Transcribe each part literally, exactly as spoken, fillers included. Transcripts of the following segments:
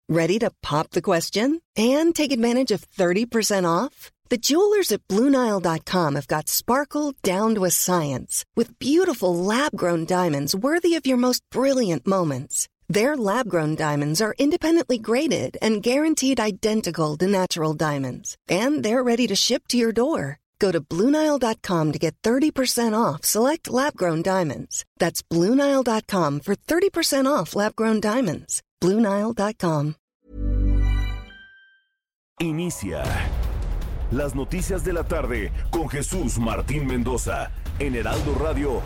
Ready to pop the question and take advantage of thirty percent off? The jewelers at Blue Nile dot com have got sparkle down to a science with beautiful lab-grown diamonds worthy of your most brilliant moments. Their lab-grown diamonds are independently graded and guaranteed identical to natural diamonds. And they're ready to ship to your door. Go to Blue Nile dot com to get thirty percent off select lab-grown diamonds. That's Blue Nile dot com for thirty percent off lab-grown diamonds. Blue Nile dot com. Inicia las noticias de la tarde con Jesús Martín Mendoza en Heraldo Radio.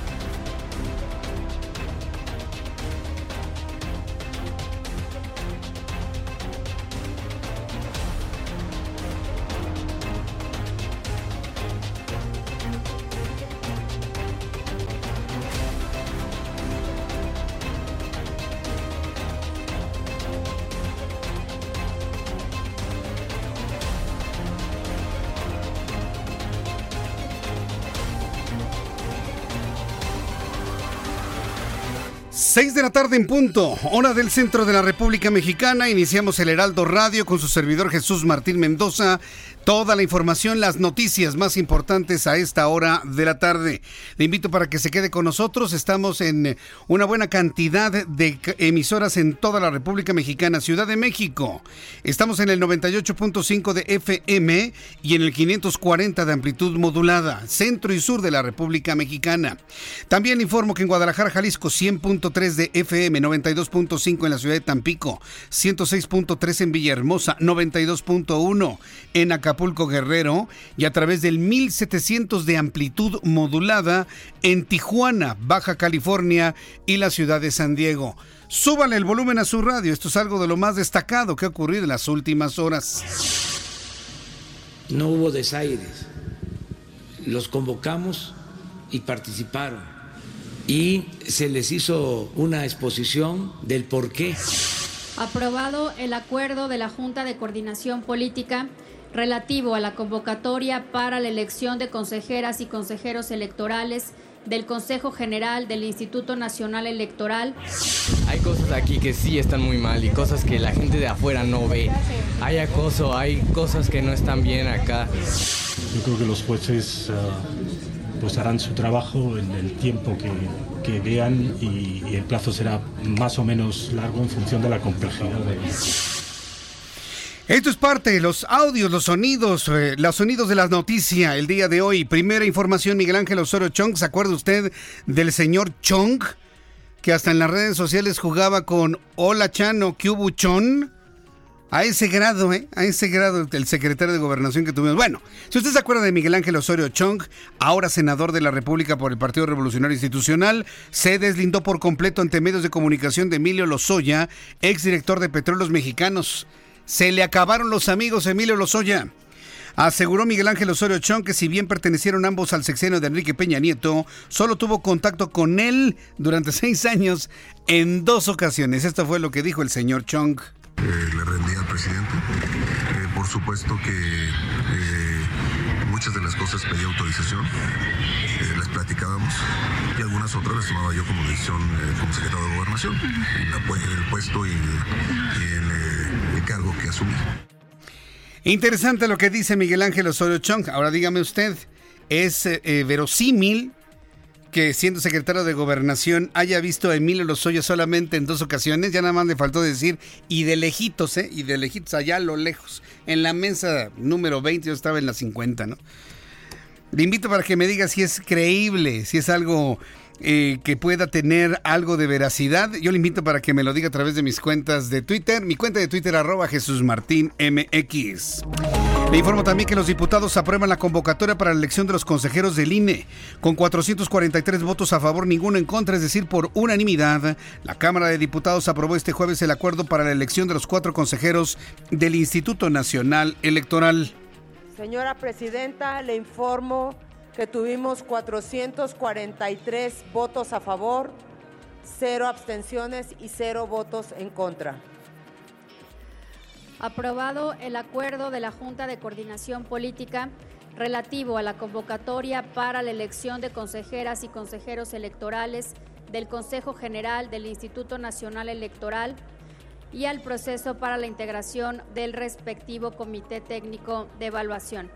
Seis de la tarde en punto, hora del centro de la República Mexicana. Iniciamos el Heraldo Radio con su servidor Jesús Martín Mendoza. Toda la información, las noticias más importantes a esta hora de la tarde. Le invito para que se quede con nosotros. Estamos en una buena cantidad de emisoras en toda la República Mexicana. Ciudad de México, estamos en el noventa y ocho punto cinco de F M y en el quinientos cuarenta de amplitud modulada. Centro y sur de la República Mexicana. También informo que en Guadalajara, Jalisco, cien punto tres de F M, noventa y dos punto cinco en la ciudad de Tampico, ciento seis punto tres en Villahermosa, noventa y dos punto uno en Acapulco, Guerrero, y a través del mil setecientos de amplitud modulada en Tijuana, Baja California y la ciudad de San Diego. Súbale el volumen a su radio. Esto es algo de lo más destacado que ha ocurrido en las últimas horas. No hubo desaires. Los convocamos y participaron. Y se les hizo una exposición del por qué. Aprobado el acuerdo de la Junta de Coordinación Política relativo a la convocatoria para la elección de consejeras y consejeros electorales del Consejo General del Instituto Nacional Electoral. Hay cosas aquí que sí están muy mal y cosas que la gente de afuera no ve. Hay acoso, hay cosas que no están bien acá. Yo creo que los jueces uh, pues harán su trabajo en el tiempo que, que vean y, y el plazo será más o menos largo en función de la complejidad de... Esto es parte de los audios, los sonidos, eh, los sonidos de la noticia el día de hoy. Primera información, Miguel Ángel Osorio Chong. ¿Se acuerda usted del señor Chong? Que hasta en las redes sociales jugaba con Hola Chano, ¿qué hubo Chon? A ese grado, ¿eh? A ese grado el secretario de Gobernación que tuvimos. Bueno, si usted se acuerda de Miguel Ángel Osorio Chong, ahora senador de la República por el Partido Revolucionario Institucional, se deslindó por completo ante medios de comunicación de Emilio Lozoya, exdirector de Petróleos Mexicanos. Se le acabaron los amigos a Emilio Lozoya. Aseguró Miguel Ángel Osorio Chong que si bien pertenecieron ambos al sexenio de Enrique Peña Nieto, solo tuvo contacto con él durante seis años en dos ocasiones. Esto fue lo que dijo el señor Chong. Eh, le rendí al presidente. Eh, por supuesto que eh, muchas de las cosas pedí autorización, eh, las platicábamos y algunas otras las tomaba yo como decisión eh, como secretario de Gobernación, el, el puesto y, y el, eh, el cargo que asumí. Interesante lo que dice Miguel Ángel Osorio Chong. Ahora dígame usted, ¿es eh, verosímil que siendo secretario de Gobernación haya visto a Emilio Lozoya solamente en dos ocasiones? Ya nada más le faltó decir, y de lejitos, ¿eh? Y de lejitos, allá a lo lejos. En la mesa número veinte, yo estaba en la cincuenta, ¿no? Le invito para que me diga si es creíble, si es algo eh, que pueda tener algo de veracidad. Yo le invito para que me lo diga a través de mis cuentas de Twitter. Mi cuenta de Twitter, arroba Jesús Martín M X. Le informo también que los diputados aprueban la convocatoria para la elección de los consejeros del I N E. Con cuatrocientos cuarenta y tres votos a favor, ninguno en contra, es decir, por unanimidad, la Cámara de Diputados aprobó este jueves el acuerdo para la elección de los cuatro consejeros del Instituto Nacional Electoral. Señora Presidenta, le informo que tuvimos cuatrocientos cuarenta y tres votos a favor, cero abstenciones y cero votos en contra. Aprobado el acuerdo de la Junta de Coordinación Política relativo a la convocatoria para la elección de consejeras y consejeros electorales del Consejo General del Instituto Nacional Electoral. y al proceso para la integración del respectivo Comité Técnico de Evaluación.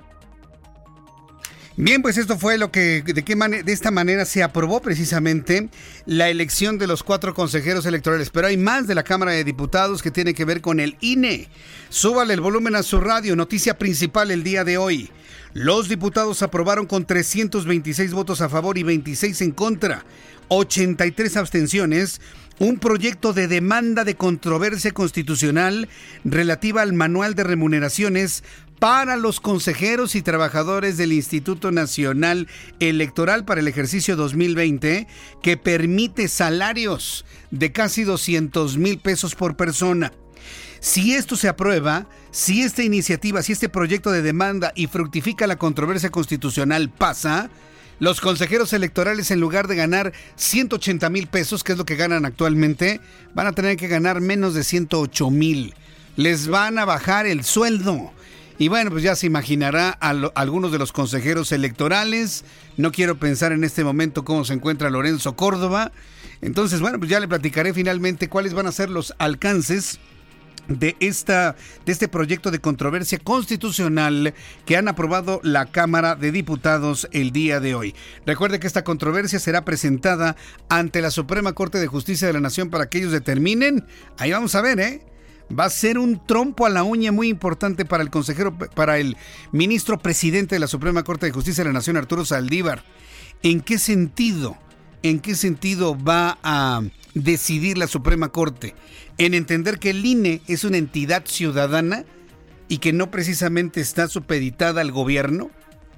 Bien, pues esto fue lo que de qué manera, de esta manera se aprobó precisamente la elección de los cuatro consejeros electorales. Pero hay más de la Cámara de Diputados que tiene que ver con el I N E. Súbale el volumen a su radio. Noticia principal el día de hoy. Los diputados aprobaron con trescientos veintiséis votos a favor y veintiséis en contra, ochenta y tres abstenciones, un proyecto de demanda de controversia constitucional relativa al manual de remuneraciones para los consejeros y trabajadores del Instituto Nacional Electoral para el ejercicio dos mil veinte, que permite salarios de casi doscientos mil pesos por persona. Si esto se aprueba, si esta iniciativa, si este proyecto de demanda y fructifica la controversia constitucional pasa, los consejeros electorales, en lugar de ganar ciento ochenta mil pesos, que es lo que ganan actualmente, van a tener que ganar menos de ciento ocho mil. Les van a bajar el sueldo. Y bueno, pues ya se imaginará a, lo, a algunos de los consejeros electorales. No quiero pensar en este momento cómo se encuentra Lorenzo Córdoba. Entonces, bueno, pues ya le platicaré finalmente cuáles van a ser los alcances de esta de este proyecto de controversia constitucional que han aprobado la Cámara de Diputados el día de hoy. Recuerde que esta controversia será presentada ante la Suprema Corte de Justicia de la Nación para que ellos determinen. Ahí vamos a ver, ¿eh? Va a ser un trompo a la uña muy importante para el consejero, para el ministro presidente de la Suprema Corte de Justicia de la Nación, Arturo Saldívar. ¿En qué sentido? ¿En qué sentido va a decidir la Suprema Corte? En entender que el I N E es una entidad ciudadana y que no precisamente está supeditada al gobierno.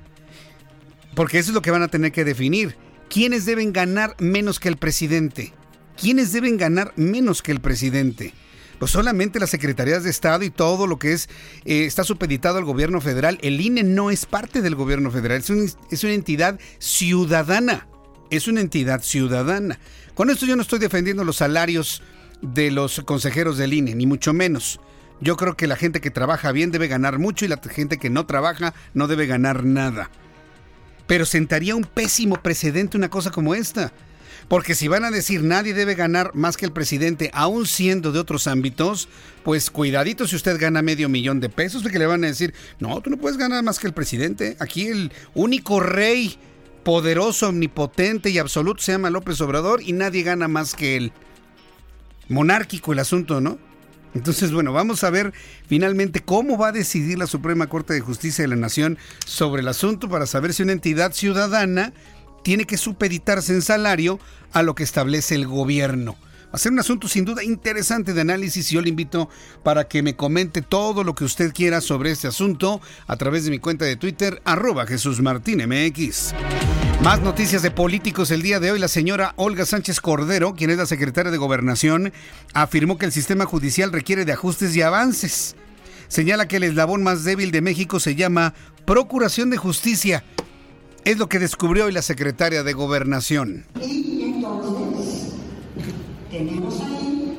Porque eso es lo que van a tener que definir. ¿Quiénes deben ganar menos que el presidente? ¿Quiénes deben ganar menos que el presidente? Pues solamente las secretarías de Estado y todo lo que es eh, está supeditado al gobierno federal. El I N E no es parte del gobierno federal, es, un, es una entidad ciudadana. Es una entidad ciudadana. Con esto yo no estoy defendiendo los salarios de los consejeros del I N E, ni mucho menos. Yo creo que la gente que trabaja bien debe ganar mucho y la gente que no trabaja no debe ganar nada. Pero sentaría un pésimo precedente una cosa como esta. Porque si van a decir nadie debe ganar más que el presidente, aún siendo de otros ámbitos, pues cuidadito si usted gana medio millón de pesos, porque le van a decir, no, tú no puedes ganar más que el presidente. Aquí el único rey poderoso, omnipotente y absoluto se llama López Obrador y nadie gana más que él. Monárquico el asunto, ¿no? Entonces, bueno, vamos a ver finalmente cómo va a decidir la Suprema Corte de Justicia de la Nación sobre el asunto para saber si una entidad ciudadana tiene que supeditarse en salario a lo que establece el gobierno. Va a ser un asunto sin duda interesante de análisis y yo le invito para que me comente todo lo que usted quiera sobre este asunto a través de mi cuenta de Twitter, arroba Jesús Martín M X. Más noticias de políticos el día de hoy. La señora Olga Sánchez Cordero, quien es la secretaria de Gobernación, afirmó que el sistema judicial requiere de ajustes y avances. Señala que el eslabón más débil de México se llama Procuración de Justicia. Es lo que descubrió hoy la secretaria de Gobernación. Y entonces tenemos ahí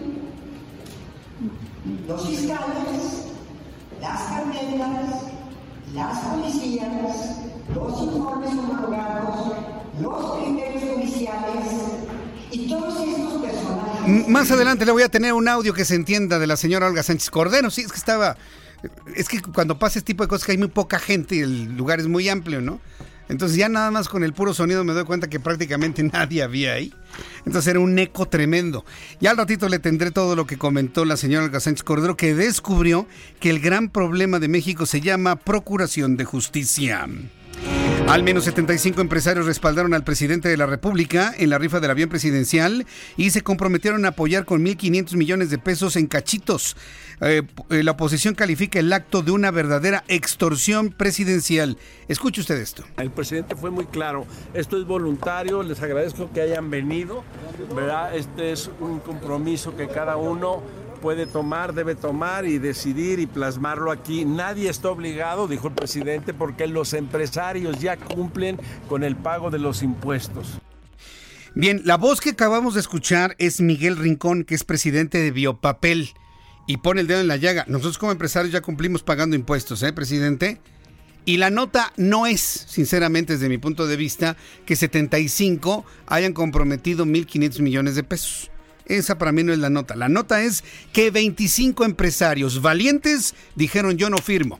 los fiscales, las carpetas, las policías, los informes homologados, los criterios judiciales y todos estos personajes. Más adelante le voy a tener un audio que se entienda de la señora Olga Sánchez Cordero. Sí, es que estaba... Es que cuando pasa este tipo de cosas que hay muy poca gente y el lugar es muy amplio, ¿no? Entonces ya nada más con el puro sonido me doy cuenta que prácticamente nadie había ahí. Entonces era un eco tremendo. Ya al ratito le tendré todo lo que comentó la señora Olga Sánchez Cordero, que descubrió que el gran problema de México se llama Procuración de Justicia. Al menos setenta y cinco empresarios respaldaron al presidente de la República en la rifa del avión presidencial y se comprometieron a apoyar con mil quinientos millones de pesos en cachitos. Eh, la oposición califica el acto de una verdadera extorsión presidencial. Escuche usted esto. El presidente fue muy claro, esto es voluntario, les agradezco que hayan venido, ¿verdad? Este es un compromiso que cada uno puede tomar, debe tomar y decidir y plasmarlo aquí. Nadie está obligado, dijo el presidente, porque los empresarios ya cumplen con el pago de los impuestos. Bien, la voz que acabamos de escuchar es Miguel Rincón, que es presidente de Biopapel, y pone el dedo en la llaga. Nosotros como empresarios ya cumplimos pagando impuestos, ¿eh, presidente? Y la nota no es, sinceramente, desde mi punto de vista, que setenta y cinco hayan comprometido mil quinientos millones de pesos. Esa para mí no es la nota. La nota es que veinticinco empresarios valientes dijeron yo no firmo.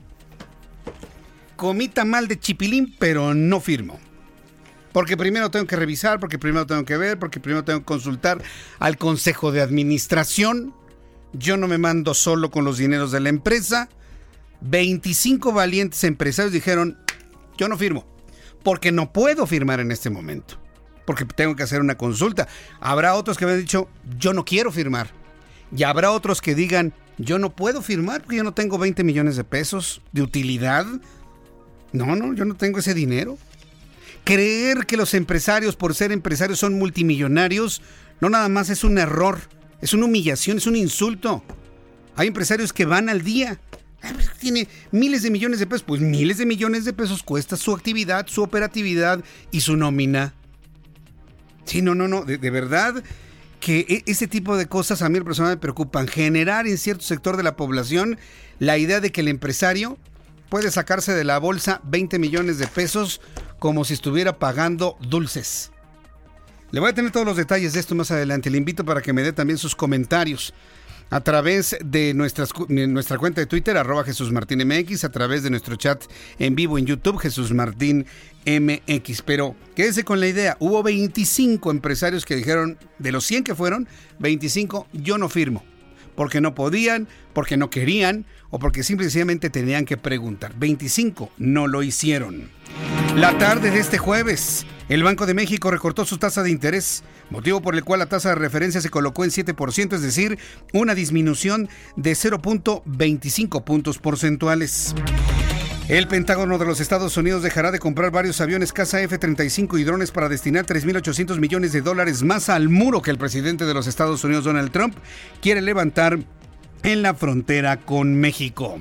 Comí tamal de chipilín, pero no firmo. Porque primero tengo que revisar, porque primero tengo que ver, porque primero tengo que consultar al consejo de administración. Yo no me mando solo con los dineros de la empresa. veinticinco valientes empresarios dijeron yo no firmo. Porque no puedo firmar en este momento. Porque tengo que hacer una consulta. Habrá otros que me han dicho, yo no quiero firmar. Y habrá otros que digan, yo no puedo firmar porque yo no tengo veinte millones de pesos de utilidad. No, no, yo no tengo ese dinero. Creer que los empresarios, por ser empresarios, son multimillonarios, no nada más es un error. Es una humillación, es un insulto. Hay empresarios que van al día. Tiene miles de millones de pesos. Pues miles de millones de pesos cuesta su actividad, su operatividad y su nómina. Sí, no, no, no, de, de verdad que ese tipo de cosas a mí personalmente me preocupan. Generar en cierto sector de la población la idea de que el empresario puede sacarse de la bolsa veinte millones de pesos como si estuviera pagando dulces. Le voy a tener todos los detalles de esto más adelante. Le invito para que me dé también sus comentarios a través de nuestras, nuestra cuenta de Twitter, arroba Jesús Martín M X, a través de nuestro chat en vivo en YouTube, Jesús Martín M X. Pero quédese con la idea, hubo veinticinco empresarios que dijeron, de los cien que fueron, veinticinco, yo no firmo. Porque no podían, porque no querían, o porque simplemente tenían que preguntar. veinticinco no lo hicieron. La tarde de este jueves, el Banco de México recortó su tasa de interés, motivo por el cual la tasa de referencia se colocó en siete por ciento, es decir, una disminución de cero punto veinticinco puntos porcentuales. El Pentágono de los Estados Unidos dejará de comprar varios aviones caza F treinta y cinco y drones para destinar tres mil ochocientos millones de dólares más al muro que el presidente de los Estados Unidos, Donald Trump, quiere levantar en la frontera con México.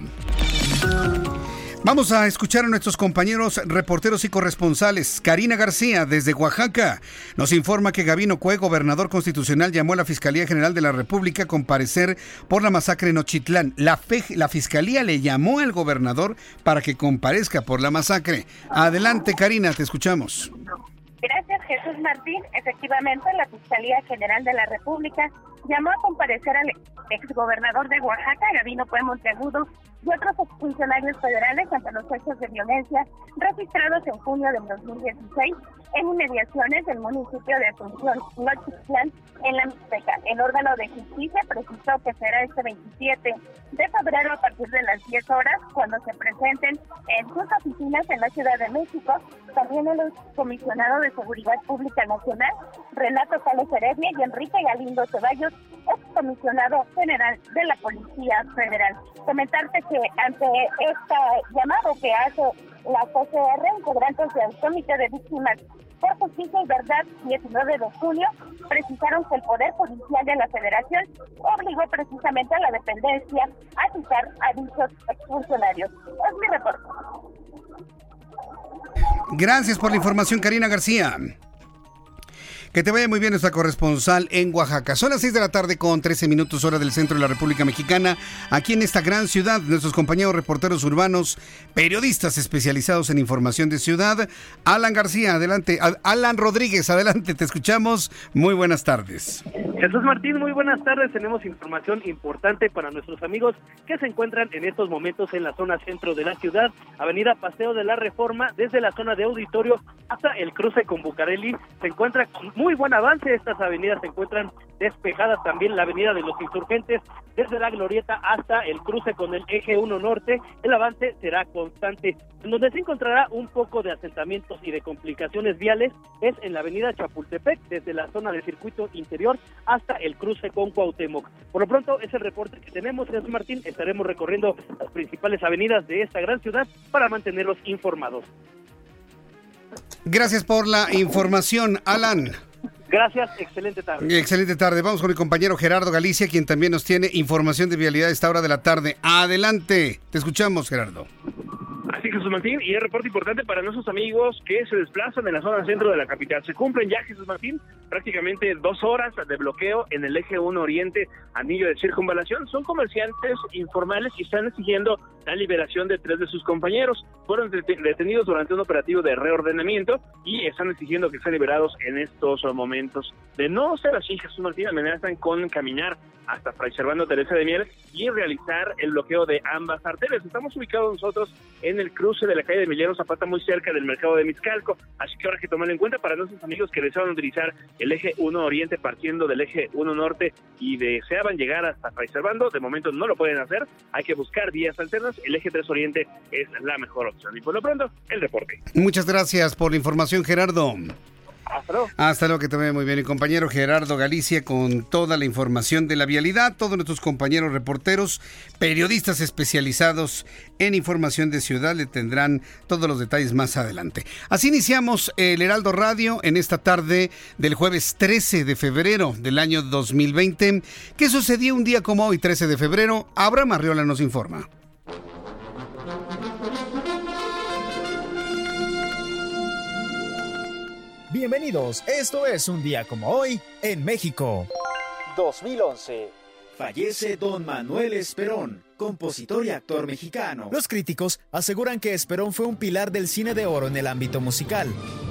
Vamos a escuchar a nuestros compañeros reporteros y corresponsales. Karina García, desde Oaxaca, nos informa que Gabino Cue, gobernador constitucional, llamó a la Fiscalía General de la República a comparecer por la masacre en Ochitlán. La, fe, la Fiscalía le llamó al gobernador para que comparezca por la masacre. Adelante, Karina, te escuchamos. Gracias, Jesús Martín. Efectivamente, la Fiscalía General de la República llamó a comparecer al exgobernador de Oaxaca, Gabino Cue Monteagudo, y otros exfuncionarios federales ante los hechos de violencia registrados en junio del dos mil dieciséis en inmediaciones del municipio de Asunción, Nochitlán, en la Mixteca. El órgano de justicia precisó que será este veintisiete de febrero a partir de las diez horas cuando se presenten en sus oficinas en la Ciudad de México también el comisionado de Seguridad Pública Nacional, Renato Sales Heredia, y Enrique Galindo Ceballos, excomisionado general de la Policía Federal. Comentarte que ante este llamado que hace la C C R, integrantes del Comité de Víctimas por Justicia y Verdad, diecinueve de junio, precisaron que el Poder Judicial de la Federación obligó precisamente a la dependencia a citar a dichos exfuncionarios. Es mi reporte. Gracias por la información, Karina García. Que te vaya muy bien nuestra corresponsal en Oaxaca. Son las seis de la tarde con trece minutos hora del centro de la República Mexicana. Aquí en esta gran ciudad, nuestros compañeros reporteros urbanos, periodistas especializados en información de ciudad. Alan García, adelante. Alan Rodríguez, adelante, te escuchamos. Muy buenas tardes. Jesús Martín, muy buenas tardes. Tenemos información importante para nuestros amigos que se encuentran en estos momentos en la zona centro de la ciudad. Avenida Paseo de la Reforma, desde la zona de Auditorio hasta el cruce con Bucareli, se encuentra con muy buen avance. Estas avenidas se encuentran despejadas. También la avenida de los Insurgentes, desde la Glorieta hasta el cruce con el eje uno norte, el avance será constante. En donde se encontrará un poco de asentamientos y de complicaciones viales es en la avenida Chapultepec, desde la zona del circuito interior hasta el cruce con Cuauhtémoc. Por lo pronto es el reporte que tenemos, Jesús Martín. Estaremos recorriendo las principales avenidas de esta gran ciudad para mantenerlos informados. Gracias por la información, Alan. Gracias, excelente tarde. Excelente tarde. Vamos con el compañero Gerardo Galicia, quien también nos tiene información de vialidad a esta hora de la tarde. Adelante, te escuchamos, Gerardo. Así, Jesús Martín, y el reporte importante para nuestros amigos que se desplazan en la zona centro de la capital. Se cumplen ya, Jesús Martín, prácticamente dos horas de bloqueo en el eje uno Oriente, anillo de circunvalación. Son comerciantes informales y están exigiendo la liberación de tres de sus compañeros. Fueron detenidos durante un operativo de reordenamiento y están exigiendo que sean liberados en estos momentos. De no ser así, Jesús Martín, amenazan con caminar hasta Fray Servando Teresa de Mier y realizar el bloqueo de ambas arterias. Estamos ubicados nosotros en el cruce de la calle de Emiliano Zapata, muy cerca del mercado de Mixcalco, así que ahora hay que tomarlo en cuenta para nuestros amigos que deseaban utilizar el eje uno Oriente partiendo del eje uno Norte y deseaban llegar hasta Fray Servando. De momento no lo pueden hacer, hay que buscar vías alternas. El eje tres Oriente es la mejor opción. Y por lo pronto, el reporte. Muchas gracias por la información, Gerardo. Hasta luego. Hasta luego, que te vaya muy bien. Mi compañero Gerardo Galicia con toda la información de la vialidad. Todos nuestros compañeros reporteros, periodistas especializados en información de ciudad, le tendrán todos los detalles más adelante. Así iniciamos el Heraldo Radio en esta tarde del jueves trece de febrero del año dos mil veinte. ¿Qué sucedió un día como hoy, trece de febrero? Abraham Arriola nos informa. Bienvenidos, esto es un día como hoy en México. dos mil once. Fallece don Manuel Esperón, compositor y actor mexicano. Los críticos aseguran que Esperón fue un pilar del cine de oro en el ámbito musical.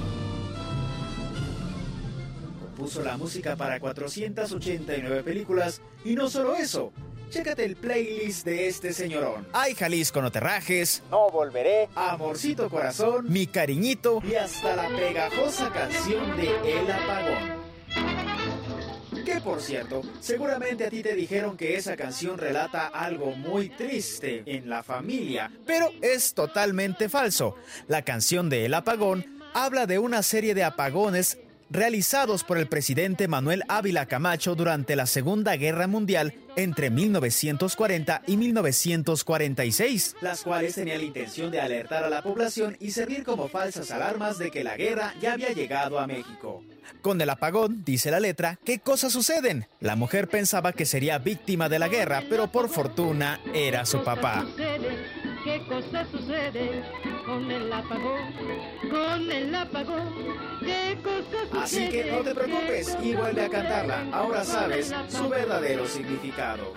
Compuso la música para cuatrocientas ochenta y nueve películas y no solo eso. Chécate el playlist de este señorón. Ay, Jalisco, no te rajes. No volveré. Amorcito corazón. Mi cariñito. Y hasta la pegajosa canción de El Apagón. Que por cierto, seguramente a ti te dijeron que esa canción relata algo muy triste en la familia. Pero es totalmente falso. La canción de El Apagón habla de una serie de apagones realizados por el presidente Manuel Ávila Camacho durante la Segunda Guerra Mundial entre mil novecientos cuarenta y mil novecientos cuarenta y seis, las cuales tenían la intención de alertar a la población y servir como falsas alarmas de que la guerra ya había llegado a México. Con el apagón, dice la letra, ¿qué cosas suceden? La mujer pensaba que sería víctima de la guerra, pero por fortuna era su papá. ¿Qué cosas suceden con el apagón? Con el apagón, ¿qué cosas suceden? Así que no te preocupes y vuelve a cantarla. Ahora sabes su verdadero significado.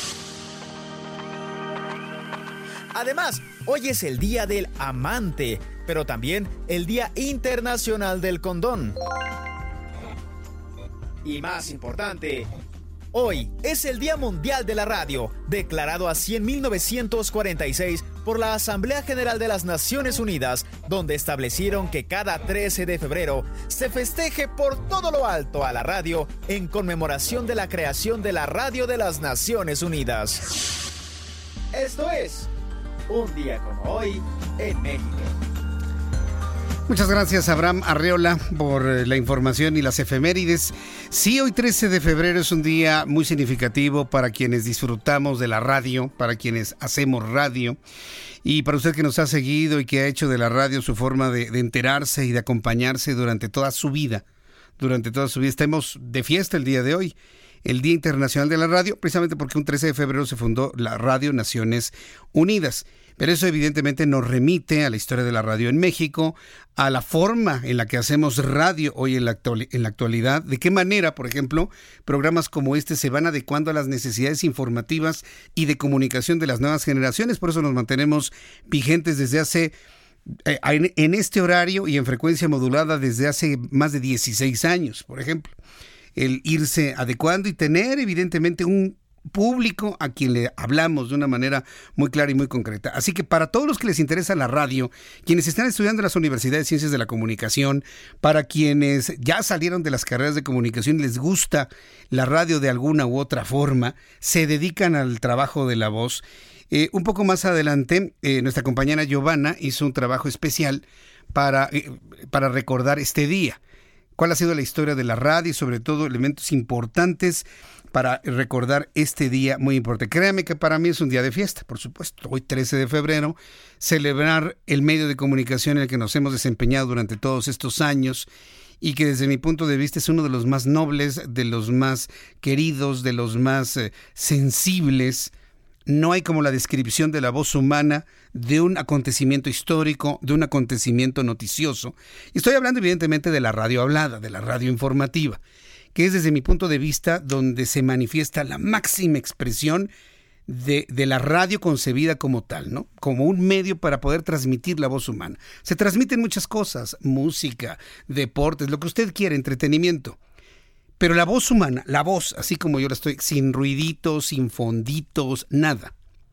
Además, hoy es el Día del Amante, pero también el Día Internacional del Condón. Y más importante, hoy es el Día Mundial de la Radio, declarado así en mil novecientos cuarenta y seis por la Asamblea General de las Naciones Unidas, donde establecieron que cada trece de febrero se festeje por todo lo alto a la radio en conmemoración de la creación de la Radio de las Naciones Unidas. Esto es un día como hoy en México. Muchas gracias, Abraham Arreola, por la información y las efemérides. Sí, hoy trece de febrero es un día muy significativo para quienes disfrutamos de la radio, para quienes hacemos radio, y para usted que nos ha seguido y que ha hecho de la radio su forma de, de enterarse y de acompañarse durante toda su vida. Durante toda su vida. Estamos de fiesta el día de hoy, el Día Internacional de la Radio, precisamente porque un trece de febrero se fundó la Radio Naciones Unidas. Pero eso evidentemente nos remite a la historia de la radio en México, a la forma en la que hacemos radio hoy en la, actual, en la actualidad, de qué manera, por ejemplo, programas como este se van adecuando a las necesidades informativas y de comunicación de las nuevas generaciones. Por eso nos mantenemos vigentes desde hace, eh, en, en este horario y en frecuencia modulada desde hace más de dieciséis años, por ejemplo. El irse adecuando y tener evidentemente un público a quien le hablamos de una manera muy clara y muy concreta. Así que para todos los que les interesa la radio, quienes están estudiando en las universidades de Ciencias de la Comunicación, para quienes ya salieron de las carreras de comunicación y les gusta la radio de alguna u otra forma, se dedican al trabajo de la voz. Eh, un poco más adelante, eh, nuestra compañera Giovanna hizo un trabajo especial para, eh, para recordar este día. ¿Cuál ha sido la historia de la radio y sobre todo elementos importantes para recordar este día muy importante? Créame que para mí es un día de fiesta, por supuesto. Hoy trece de febrero, celebrar el medio de comunicación en el que nos hemos desempeñado durante todos estos años y que desde mi punto de vista es uno de los más nobles, de los más queridos, de los más eh, sensibles no hay como la descripción de la voz humana de un acontecimiento histórico, de un acontecimiento noticioso. Y estoy hablando evidentemente de la radio hablada, de la radio informativa, que es desde mi punto de vista donde se manifiesta la máxima expresión de, de la radio concebida como tal, ¿no? Como un medio para poder transmitir la voz humana. Se transmiten muchas cosas, música, deportes, lo que usted quiera, entretenimiento. Pero la voz humana, la voz, así como yo la estoy, sin ruiditos, sin fonditos, nada.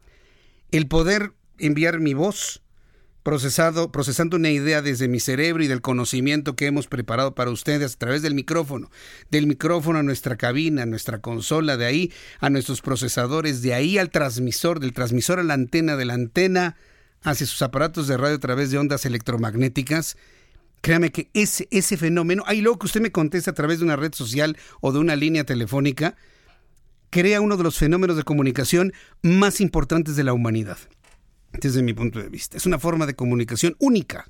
El poder enviar mi voz procesado, procesando una idea desde mi cerebro y del conocimiento que hemos preparado para ustedes a través del micrófono, del micrófono a nuestra cabina, a nuestra consola, de ahí a nuestros procesadores, de ahí al transmisor, del transmisor a la antena, de la antena hacia sus aparatos de radio a través de ondas electromagnéticas. Créame que ese, ese fenómeno, ahí luego que usted me conteste a través de una red social o de una línea telefónica, crea uno de los fenómenos de comunicación más importantes de la humanidad, desde mi punto de vista. Es una forma de comunicación única,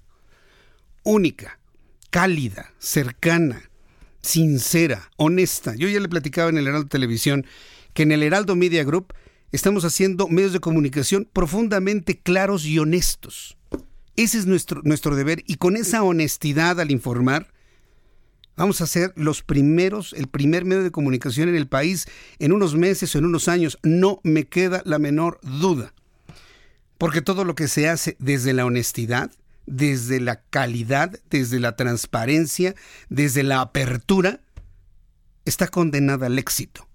única, cálida, cercana, sincera, honesta. Yo ya le platicaba en el Heraldo Televisión que en el Heraldo Media Group estamos haciendo medios de comunicación profundamente claros y honestos. Ese es nuestro, nuestro deber, y con esa honestidad al informar, vamos a ser los primeros, el primer medio de comunicación en el país en unos meses o en unos años. No me queda la menor duda. Porque todo lo que se hace desde la honestidad, desde la calidad, desde la transparencia, desde la apertura, está condenada al éxito.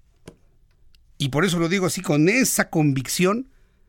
Y por eso lo digo así, con esa convicción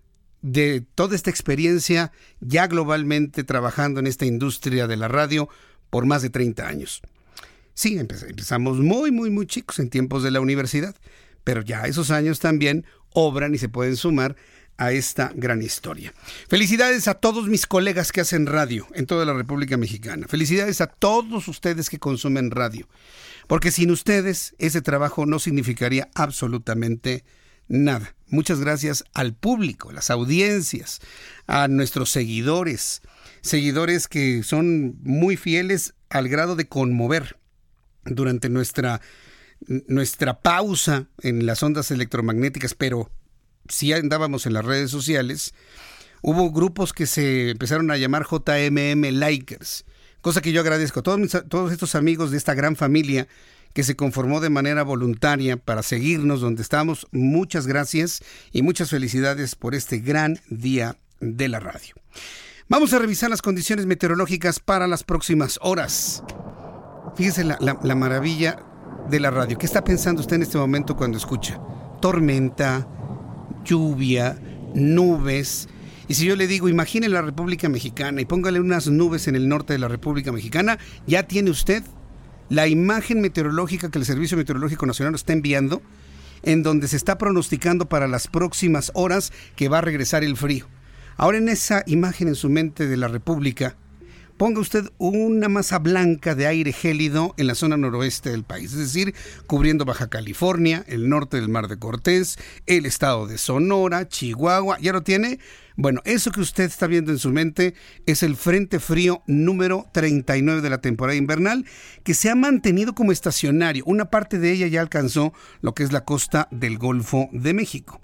de toda esta experiencia ya globalmente trabajando en esta industria de la radio por más de treinta años. Sí, empezamos muy, muy, muy chicos en tiempos de la universidad, pero ya esos años también obran y se pueden sumar a esta gran historia. Felicidades a todos mis colegas que hacen radio en toda la República Mexicana. Felicidades a todos ustedes que consumen radio, porque sin ustedes ese trabajo no significaría absolutamente nada. Muchas gracias al público, las audiencias, a nuestros seguidores, seguidores que son muy fieles al grado de conmover durante nuestra, nuestra pausa en las ondas electromagnéticas, pero si andábamos en las redes sociales, hubo grupos que se empezaron a llamar J M M Likers, cosa que yo agradezco a todos, mis, todos estos amigos de esta gran familia que se conformó de manera voluntaria para seguirnos donde estamos. Muchas gracias y muchas felicidades por este gran día de la radio. Vamos a revisar las condiciones meteorológicas para las próximas horas. Fíjese la, la, la maravilla de la radio. ¿Qué está pensando usted en este momento cuando escucha? Tormenta, lluvia, nubes. Y si yo le digo, imagine la República Mexicana y póngale unas nubes en el norte de la República Mexicana, ya tiene usted la imagen meteorológica que el Servicio Meteorológico Nacional nos está enviando, en donde se está pronosticando para las próximas horas que va a regresar el frío. Ahora, en esa imagen en su mente de la República, ponga usted una masa blanca de aire gélido en la zona noroeste del país, es decir, cubriendo Baja California, el norte del Mar de Cortés, el estado de Sonora, Chihuahua. ¿Ya lo tiene? Bueno, eso que usted está viendo en su mente es el Frente Frío número treinta y nueve de la temporada invernal, que se ha mantenido como estacionario. Una parte de ella ya alcanzó lo que es la costa del Golfo de México.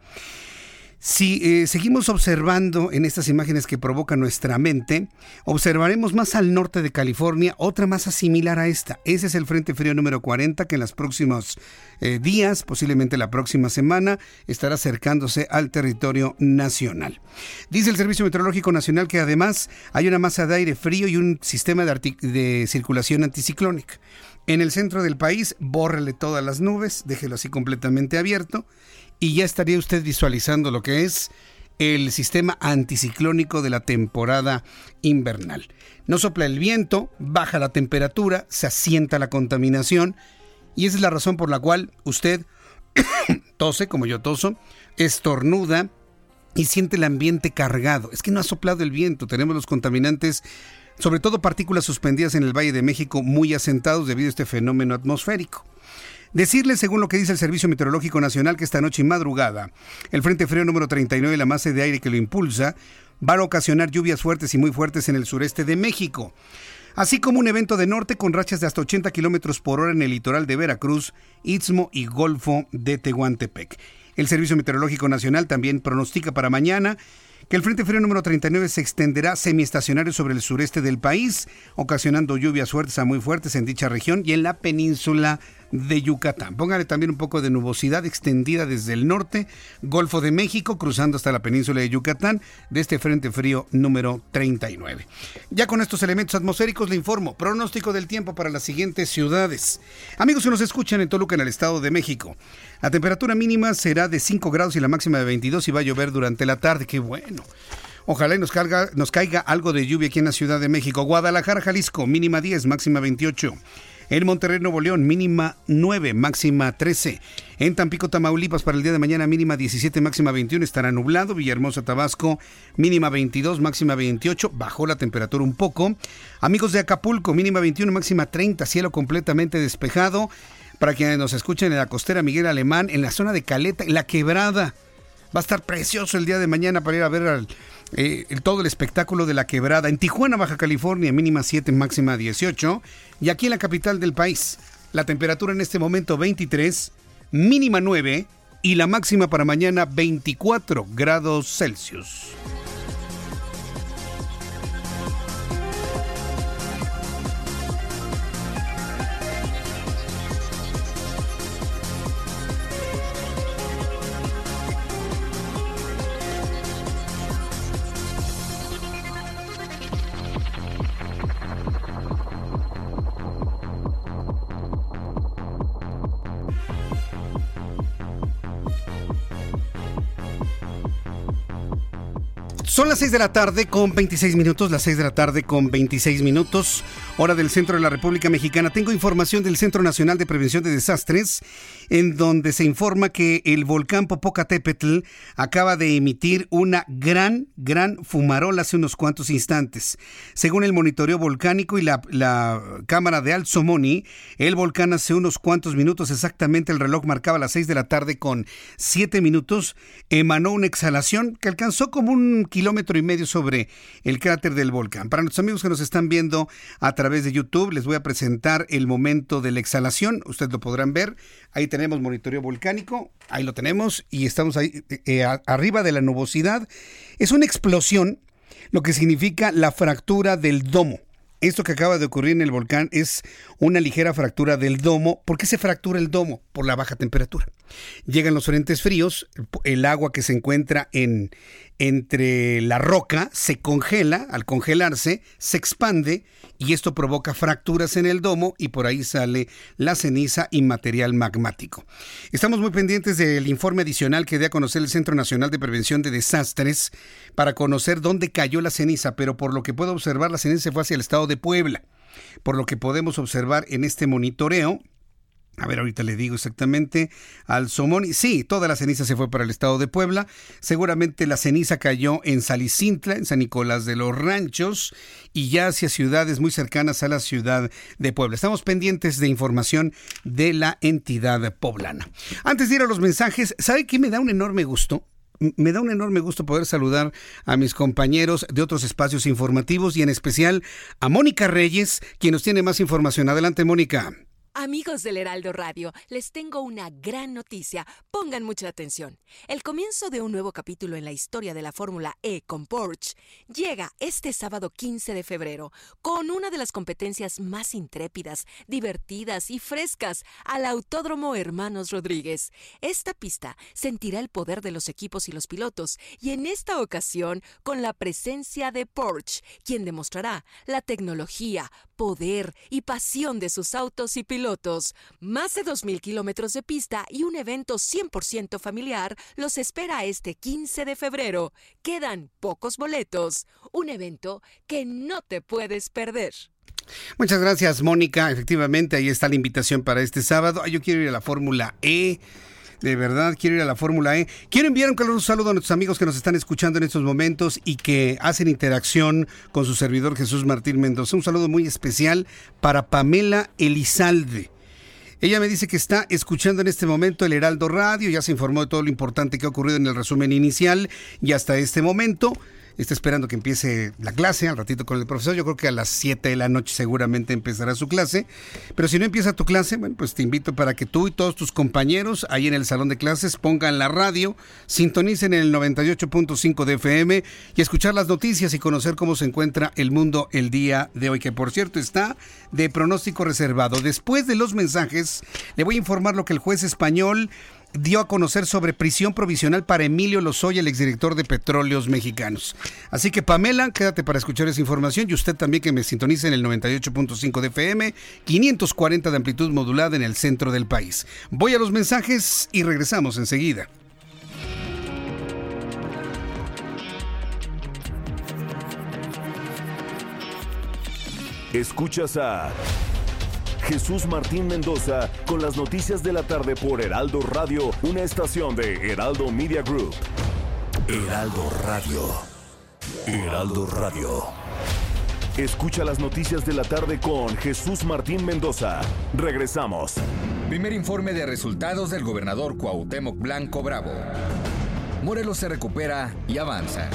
Si eh, seguimos observando en estas imágenes que provoca nuestra mente, observaremos más al norte de California otra masa similar a esta. Ese es el Frente Frío número cuarenta, que en los próximos eh, días, posiblemente la próxima semana, estará acercándose al territorio nacional. Dice el Servicio Meteorológico Nacional que además hay una masa de aire frío y un sistema de, artic- de circulación anticiclónica. En el centro del país, bórrele todas las nubes, déjelo así completamente abierto, y ya estaría usted visualizando lo que es el sistema anticiclónico de la temporada invernal. No sopla el viento, baja la temperatura, se asienta la contaminación, y esa es la razón por la cual usted tose, como yo toso, estornuda y siente el ambiente cargado. Es que no ha soplado el viento, tenemos los contaminantes, sobre todo partículas suspendidas en el Valle de México, muy asentados debido a este fenómeno atmosférico. Decirle, según lo que dice el Servicio Meteorológico Nacional, que esta noche y madrugada el Frente Frío número treinta y nueve, la masa de aire que lo impulsa, va a ocasionar lluvias fuertes y muy fuertes en el sureste de México, así como un evento de norte con rachas de hasta ochenta kilómetros por hora en el litoral de Veracruz, Istmo y Golfo de Tehuantepec. El Servicio Meteorológico Nacional también pronostica para mañana que el Frente Frío número treinta y nueve se extenderá semiestacionario sobre el sureste del país, ocasionando lluvias fuertes a muy fuertes en dicha región y en la península de Yucatán. Póngale también un poco de nubosidad extendida desde el norte, Golfo de México, cruzando hasta la península de Yucatán, de este Frente Frío número treinta y nueve. Ya con estos elementos atmosféricos le informo, pronóstico del tiempo para las siguientes ciudades. Amigos que nos escuchan en Toluca, en el Estado de México, la temperatura mínima será de cinco grados y la máxima de veintidós y va a llover durante la tarde. ¡Qué bueno! Ojalá y nos, carga, nos caiga algo de lluvia aquí en la Ciudad de México. Guadalajara, Jalisco, mínima diez, máxima veintiocho. En Monterrey, Nuevo León, mínima nueve, máxima trece. En Tampico, Tamaulipas, para el día de mañana, mínima diecisiete, máxima veintiuno. Estará nublado. Villahermosa, Tabasco, mínima veintidós, máxima veintiocho. Bajó la temperatura un poco. Amigos de Acapulco, mínima veintiuno, máxima treinta. Cielo completamente despejado. Para quienes nos escuchen en la costera Miguel Alemán, en la zona de Caleta, en La Quebrada. Va a estar precioso el día de mañana para ir a ver al, eh, el, todo el espectáculo de La Quebrada. En Tijuana, Baja California, mínima siete, máxima dieciocho. Y aquí en la capital del país, la temperatura en este momento veintitrés, mínima nueve y la máxima para mañana veinticuatro grados Celsius. Son las seis de la tarde con veintiséis minutos, las seis de la tarde con veintiséis minutos, hora del centro de la República Mexicana. Tengo información del Centro Nacional de Prevención de Desastres, en donde se informa que el volcán Popocatépetl acaba de emitir una gran, gran fumarola hace unos cuantos instantes. Según el monitoreo volcánico y la, la cámara de Alzomoni, el volcán hace unos cuantos minutos, exactamente el reloj marcaba las seis de la tarde con siete minutos, emanó una exhalación que alcanzó como un kilómetro kilómetro y medio sobre el cráter del volcán. Para nuestros amigos que nos están viendo a través de YouTube, les voy a presentar el momento de la exhalación. Ustedes lo podrán ver. Ahí tenemos monitoreo volcánico. Ahí lo tenemos y estamos ahí eh, arriba de la nubosidad. Es una explosión, lo que significa la fractura del domo. Esto que acaba de ocurrir en el volcán es una ligera fractura del domo. ¿Por qué se fractura el domo? Por la baja temperatura. Llegan los frentes fríos, el agua que se encuentra en, entre la roca se congela, al congelarse se expande y esto provoca fracturas en el domo y por ahí sale la ceniza y material magmático. Estamos muy pendientes del informe adicional que dé a conocer el Centro Nacional de Prevención de Desastres para conocer dónde cayó la ceniza, pero por lo que puedo observar la ceniza se fue hacia el estado de Puebla. Por lo que podemos observar en este monitoreo, a ver, ahorita le digo exactamente, Alzomoni, sí, toda la ceniza se fue para el estado de Puebla, seguramente la ceniza cayó en Salicintla, en San Nicolás de los Ranchos y ya hacia ciudades muy cercanas a la ciudad de Puebla. Estamos pendientes de información de la entidad poblana. Antes de ir a los mensajes, ¿sabe qué me da un enorme gusto? Me da un enorme gusto poder saludar a mis compañeros de otros espacios informativos y en especial a Mónica Reyes, quien nos tiene más información. Adelante, Mónica. Amigos del Heraldo Radio, les tengo una gran noticia. Pongan mucha atención. El comienzo de un nuevo capítulo en la historia de la Fórmula E con Porsche llega este sábado quince de febrero con una de las competencias más intrépidas, divertidas y frescas al Autódromo Hermanos Rodríguez. Esta pista sentirá el poder de los equipos y los pilotos y en esta ocasión con la presencia de Porsche, quien demostrará la tecnología, poder y pasión de sus autos y pilotos. Más de dos mil kilómetros de pista y un evento cien por ciento familiar los espera este quince de febrero. Quedan pocos boletos. Un evento que no te puedes perder. Muchas gracias, Mónica. Efectivamente, ahí está la invitación para este sábado. Yo quiero ir a la Fórmula E. De verdad, quiero ir a la Fórmula E. Quiero enviar un caluroso saludo a nuestros amigos que nos están escuchando en estos momentos y que hacen interacción con su servidor Jesús Martín Mendoza. Un saludo muy especial para Pamela Elizalde. Ella me dice que está escuchando en este momento el Heraldo Radio. Ya se informó de todo lo importante que ha ocurrido en el resumen inicial y hasta este momento. está esperando que empiece la clase, al ratito con el profesor. Yo creo que a las siete de la noche seguramente empezará su clase. Pero si no empieza tu clase, bueno, pues te invito para que tú y todos tus compañeros ahí en el salón de clases pongan la radio, sintonicen en el noventa y ocho punto cinco de F M y escuchar las noticias y conocer cómo se encuentra el mundo el día de hoy, que por cierto está de pronóstico reservado. Después de los mensajes, le voy a informar lo que el juez español dio a conocer sobre prisión provisional para Emilio Lozoya, el exdirector de Petróleos Mexicanos. Así que, Pamela, quédate para escuchar esa información, y usted también, que me sintonice en el noventa y ocho punto cinco de F M, quinientos cuarenta de amplitud modulada en el centro del país. Voy a los mensajes y regresamos enseguida. Escuchas a Jesús Martín Mendoza con las noticias de la tarde por Heraldo Radio, una estación de Heraldo Media Group. Heraldo Radio. Heraldo Radio. Escucha las noticias de la tarde con Jesús Martín Mendoza. Regresamos. Primer informe de resultados del gobernador Cuauhtémoc Blanco Bravo. Morelos se recupera y avanza.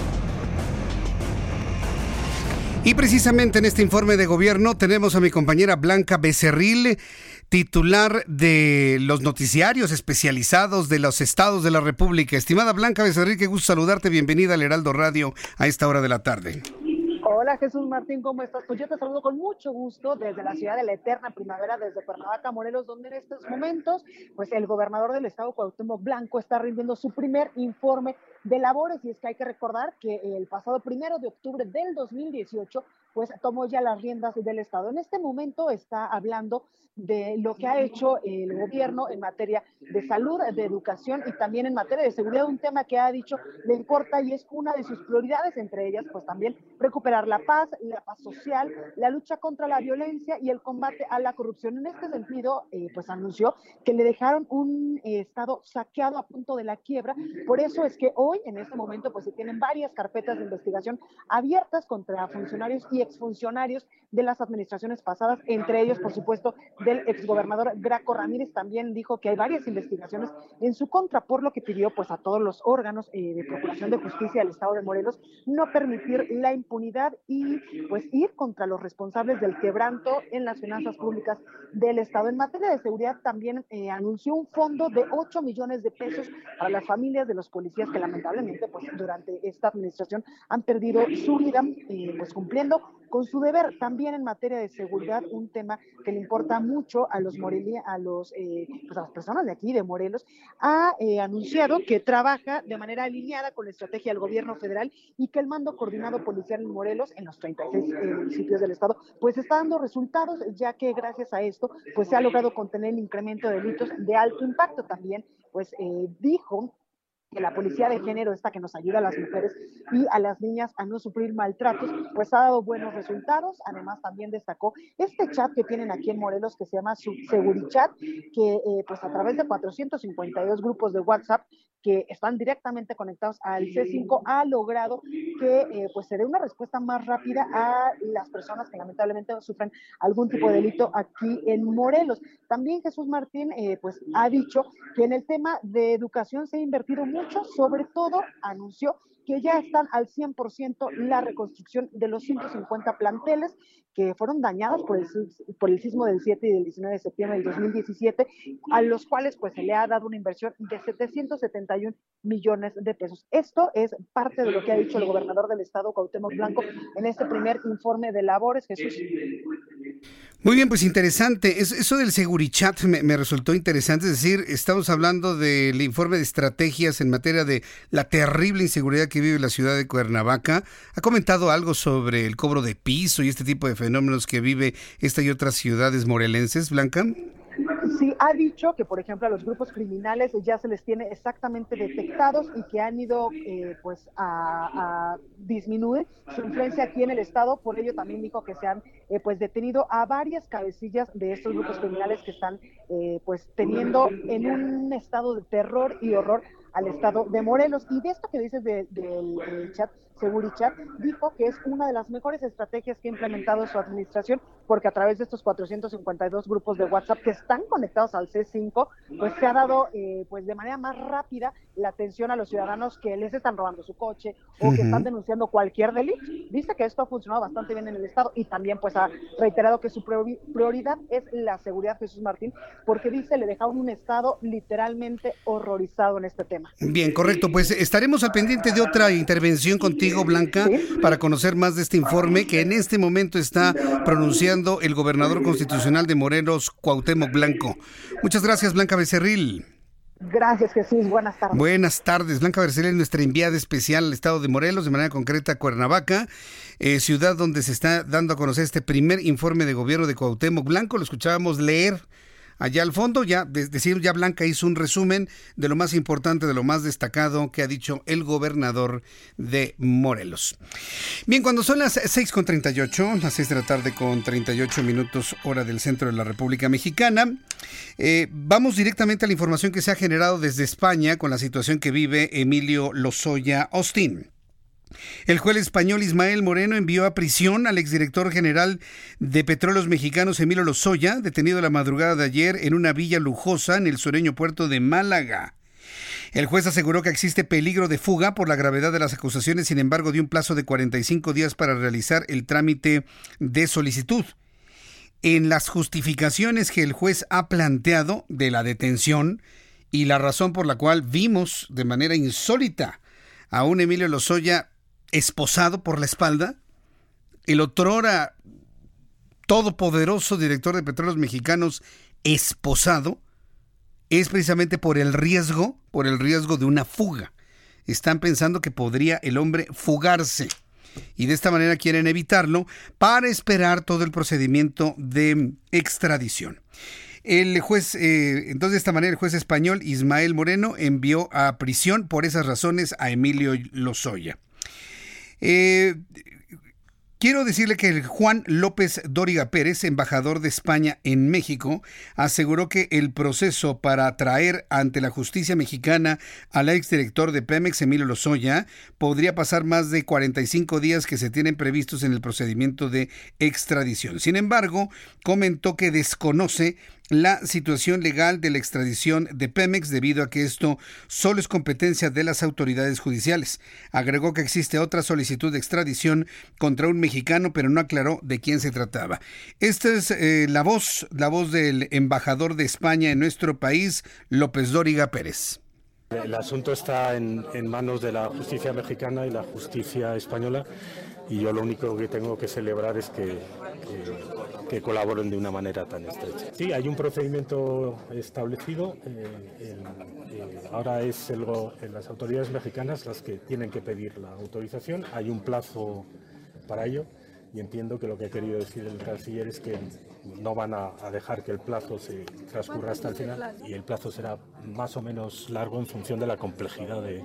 Y precisamente en este informe de gobierno tenemos a mi compañera Blanca Becerril, titular de los noticiarios especializados de los estados de la República. Estimada Blanca Becerril, qué gusto saludarte. Bienvenida al Heraldo Radio a esta hora de la tarde. Hola Jesús Martín, ¿cómo estás? Pues yo te saludo con mucho gusto desde la ciudad de la eterna primavera, desde Cuernavaca, Morelos, donde en estos momentos, pues el gobernador del estado, Cuauhtémoc Blanco, está rindiendo su primer informe de labores. Y es que hay que recordar que el pasado primero de octubre del dos mil dieciocho, pues tomó ya las riendas del estado. En este momento está hablando de lo que ha hecho el gobierno en materia de salud, de educación y también en materia de seguridad, un tema que ha dicho le importa y es una de sus prioridades, entre ellas pues también recuperar la paz, la paz social, la lucha contra la violencia y el combate a la corrupción. En este sentido, eh, pues anunció que le dejaron un eh, estado saqueado a punto de la quiebra. Por eso es que hoy, en este momento, pues se tienen varias carpetas de investigación abiertas contra funcionarios y exfuncionarios de las administraciones pasadas, entre ellos, por supuesto, del exgobernador Graco Ramírez. También dijo que hay varias investigaciones en su contra, por lo que pidió pues a todos los órganos eh, de Procuración de Justicia del estado de Morelos no permitir la impunidad y pues ir contra los responsables del quebranto en las finanzas públicas del estado. En materia de seguridad también eh, anunció un fondo de ocho millones de pesos para las familias de los policías que lamentablemente pues durante esta administración han perdido su vida, eh, pues cumpliendo con su deber. También en materia de seguridad, un tema que le importa mucho a los Morelia, a los eh, pues a las personas de aquí de Morelos, ha eh, anunciado que trabaja de manera alineada con la estrategia del gobierno federal y que el mando coordinado policial en Morelos, en los treinta y seis eh, municipios del estado, pues está dando resultados, ya que gracias a esto pues se ha logrado contener el incremento de delitos de alto impacto. También pues eh, dijo que la policía de género, esta que nos ayuda a las mujeres y a las niñas a no sufrir maltratos, pues ha dado buenos resultados. Además, también destacó este chat que tienen aquí en Morelos, que se llama Segurichat, que eh, pues a través de cuatrocientos cincuenta y dos grupos de WhatsApp que están directamente conectados al C cinco, ha logrado que eh, pues se dé una respuesta más rápida a las personas que lamentablemente sufren algún tipo de delito aquí en Morelos. También Jesús Martín eh, pues ha dicho que en el tema de educación se ha invertido mucho, sobre todo anunció que ya están al cien por ciento la reconstrucción de los ciento cincuenta planteles que fueron dañados por el, por el sismo del siete y del diecinueve de septiembre del dos mil diecisiete, a los cuales pues se le ha dado una inversión de setecientos setenta y un millones de pesos. Esto es parte de lo que ha dicho el gobernador del estado, Cuauhtémoc Blanco, en este primer informe de labores. Jesús. Muy bien, pues interesante. Eso del Segurichat me, me resultó interesante. Es decir, estamos hablando del informe de estrategias en materia de la terrible inseguridad que vive la ciudad de Cuernavaca. ¿Ha comentado algo sobre el cobro de piso y este tipo de fenómenos que vive esta y otras ciudades morelenses, Blanca? Sí, ha dicho que, por ejemplo, a los grupos criminales ya se les tiene exactamente detectados y que han ido eh, pues a, a disminuir su influencia aquí en el estado. Por ello también dijo que se han eh, pues detenido a varias cabecillas de estos grupos criminales que están eh, pues teniendo en un estado de terror y horror al estado de Morelos. Y de esto que dices del de, de, de chat, Segurichat, dijo que es una de las mejores estrategias que ha implementado su administración, porque a través de estos cuatrocientos cincuenta y dos grupos de WhatsApp que están conectados al C cinco, pues se ha dado eh, pues de manera más rápida la atención a los ciudadanos que les están robando su coche o uh-huh. que están denunciando cualquier delito. Dice que esto ha funcionado bastante bien en el estado y también pues ha reiterado que su prioridad es la seguridad, Jesús Martín, porque dice le dejaron un estado literalmente horrorizado en este tema. Bien, correcto, pues estaremos al pendiente de otra intervención contigo, Blanca, ¿sí? para conocer más de este informe que en este momento está pronunciando el gobernador constitucional de Morelos, Cuauhtémoc Blanco. Muchas gracias, Blanca Becerril. Gracias, Jesús. Buenas tardes. Buenas tardes. Blanca Becerril es nuestra enviada especial al estado de Morelos, de manera concreta a Cuernavaca, eh, ciudad donde se está dando a conocer este primer informe de gobierno de Cuauhtémoc Blanco. Lo escuchábamos leer allá al fondo, ya de, decir, ya Blanca hizo un resumen de lo más importante, de lo más destacado que ha dicho el gobernador de Morelos. Bien, cuando son las seis con treinta y ocho, las seis de la tarde con treinta y ocho minutos, hora del centro de la República Mexicana, eh, vamos directamente a la información que se ha generado desde España con la situación que vive Emilio Lozoya Austin. El juez español Ismael Moreno envió a prisión al exdirector general de Petróleos Mexicanos Emilio Lozoya, detenido la madrugada de ayer en una villa lujosa en el sureño puerto de Málaga. El juez aseguró que existe peligro de fuga por la gravedad de las acusaciones, sin embargo dio un plazo de cuarenta y cinco días para realizar el trámite de solicitud. En las justificaciones que el juez ha planteado de la detención y la razón por la cual vimos de manera insólita a un Emilio Lozoya esposado por la espalda, el otrora todopoderoso director de Petróleos Mexicanos esposado, es precisamente por el riesgo, por el riesgo de una fuga. Están pensando que podría el hombre fugarse y de esta manera quieren evitarlo para esperar todo el procedimiento de extradición. El juez, eh, entonces de esta manera el juez español Ismael Moreno envió a prisión por esas razones a Emilio Lozoya. Eh, quiero decirle que el Juan López Dóriga Pérez, embajador de España en México, aseguró que el proceso para traer ante la justicia mexicana al exdirector de Pemex, Emilio Lozoya, podría pasar más de cuarenta y cinco días que se tienen previstos en el procedimiento de extradición. Sin embargo, comentó que desconoce la situación legal de la extradición de Pemex debido a que esto solo es competencia de las autoridades judiciales. Agregó que existe otra solicitud de extradición contra un mexicano, pero no aclaró de quién se trataba. Esta es eh, la voz, la voz del embajador de España en nuestro país, López Dóriga Pérez. El asunto está en, en manos de la justicia mexicana y la justicia española, y yo lo único que tengo que celebrar es que, que, que colaboren de una manera tan estrecha. Sí, hay un procedimiento establecido, eh, el, eh, ahora es el, las autoridades mexicanas las que tienen que pedir la autorización, hay un plazo para ello, y entiendo que lo que ha querido decir el canciller es que no van a, a dejar que el plazo se transcurra hasta el final, y el plazo será más o menos largo en función de la complejidad de...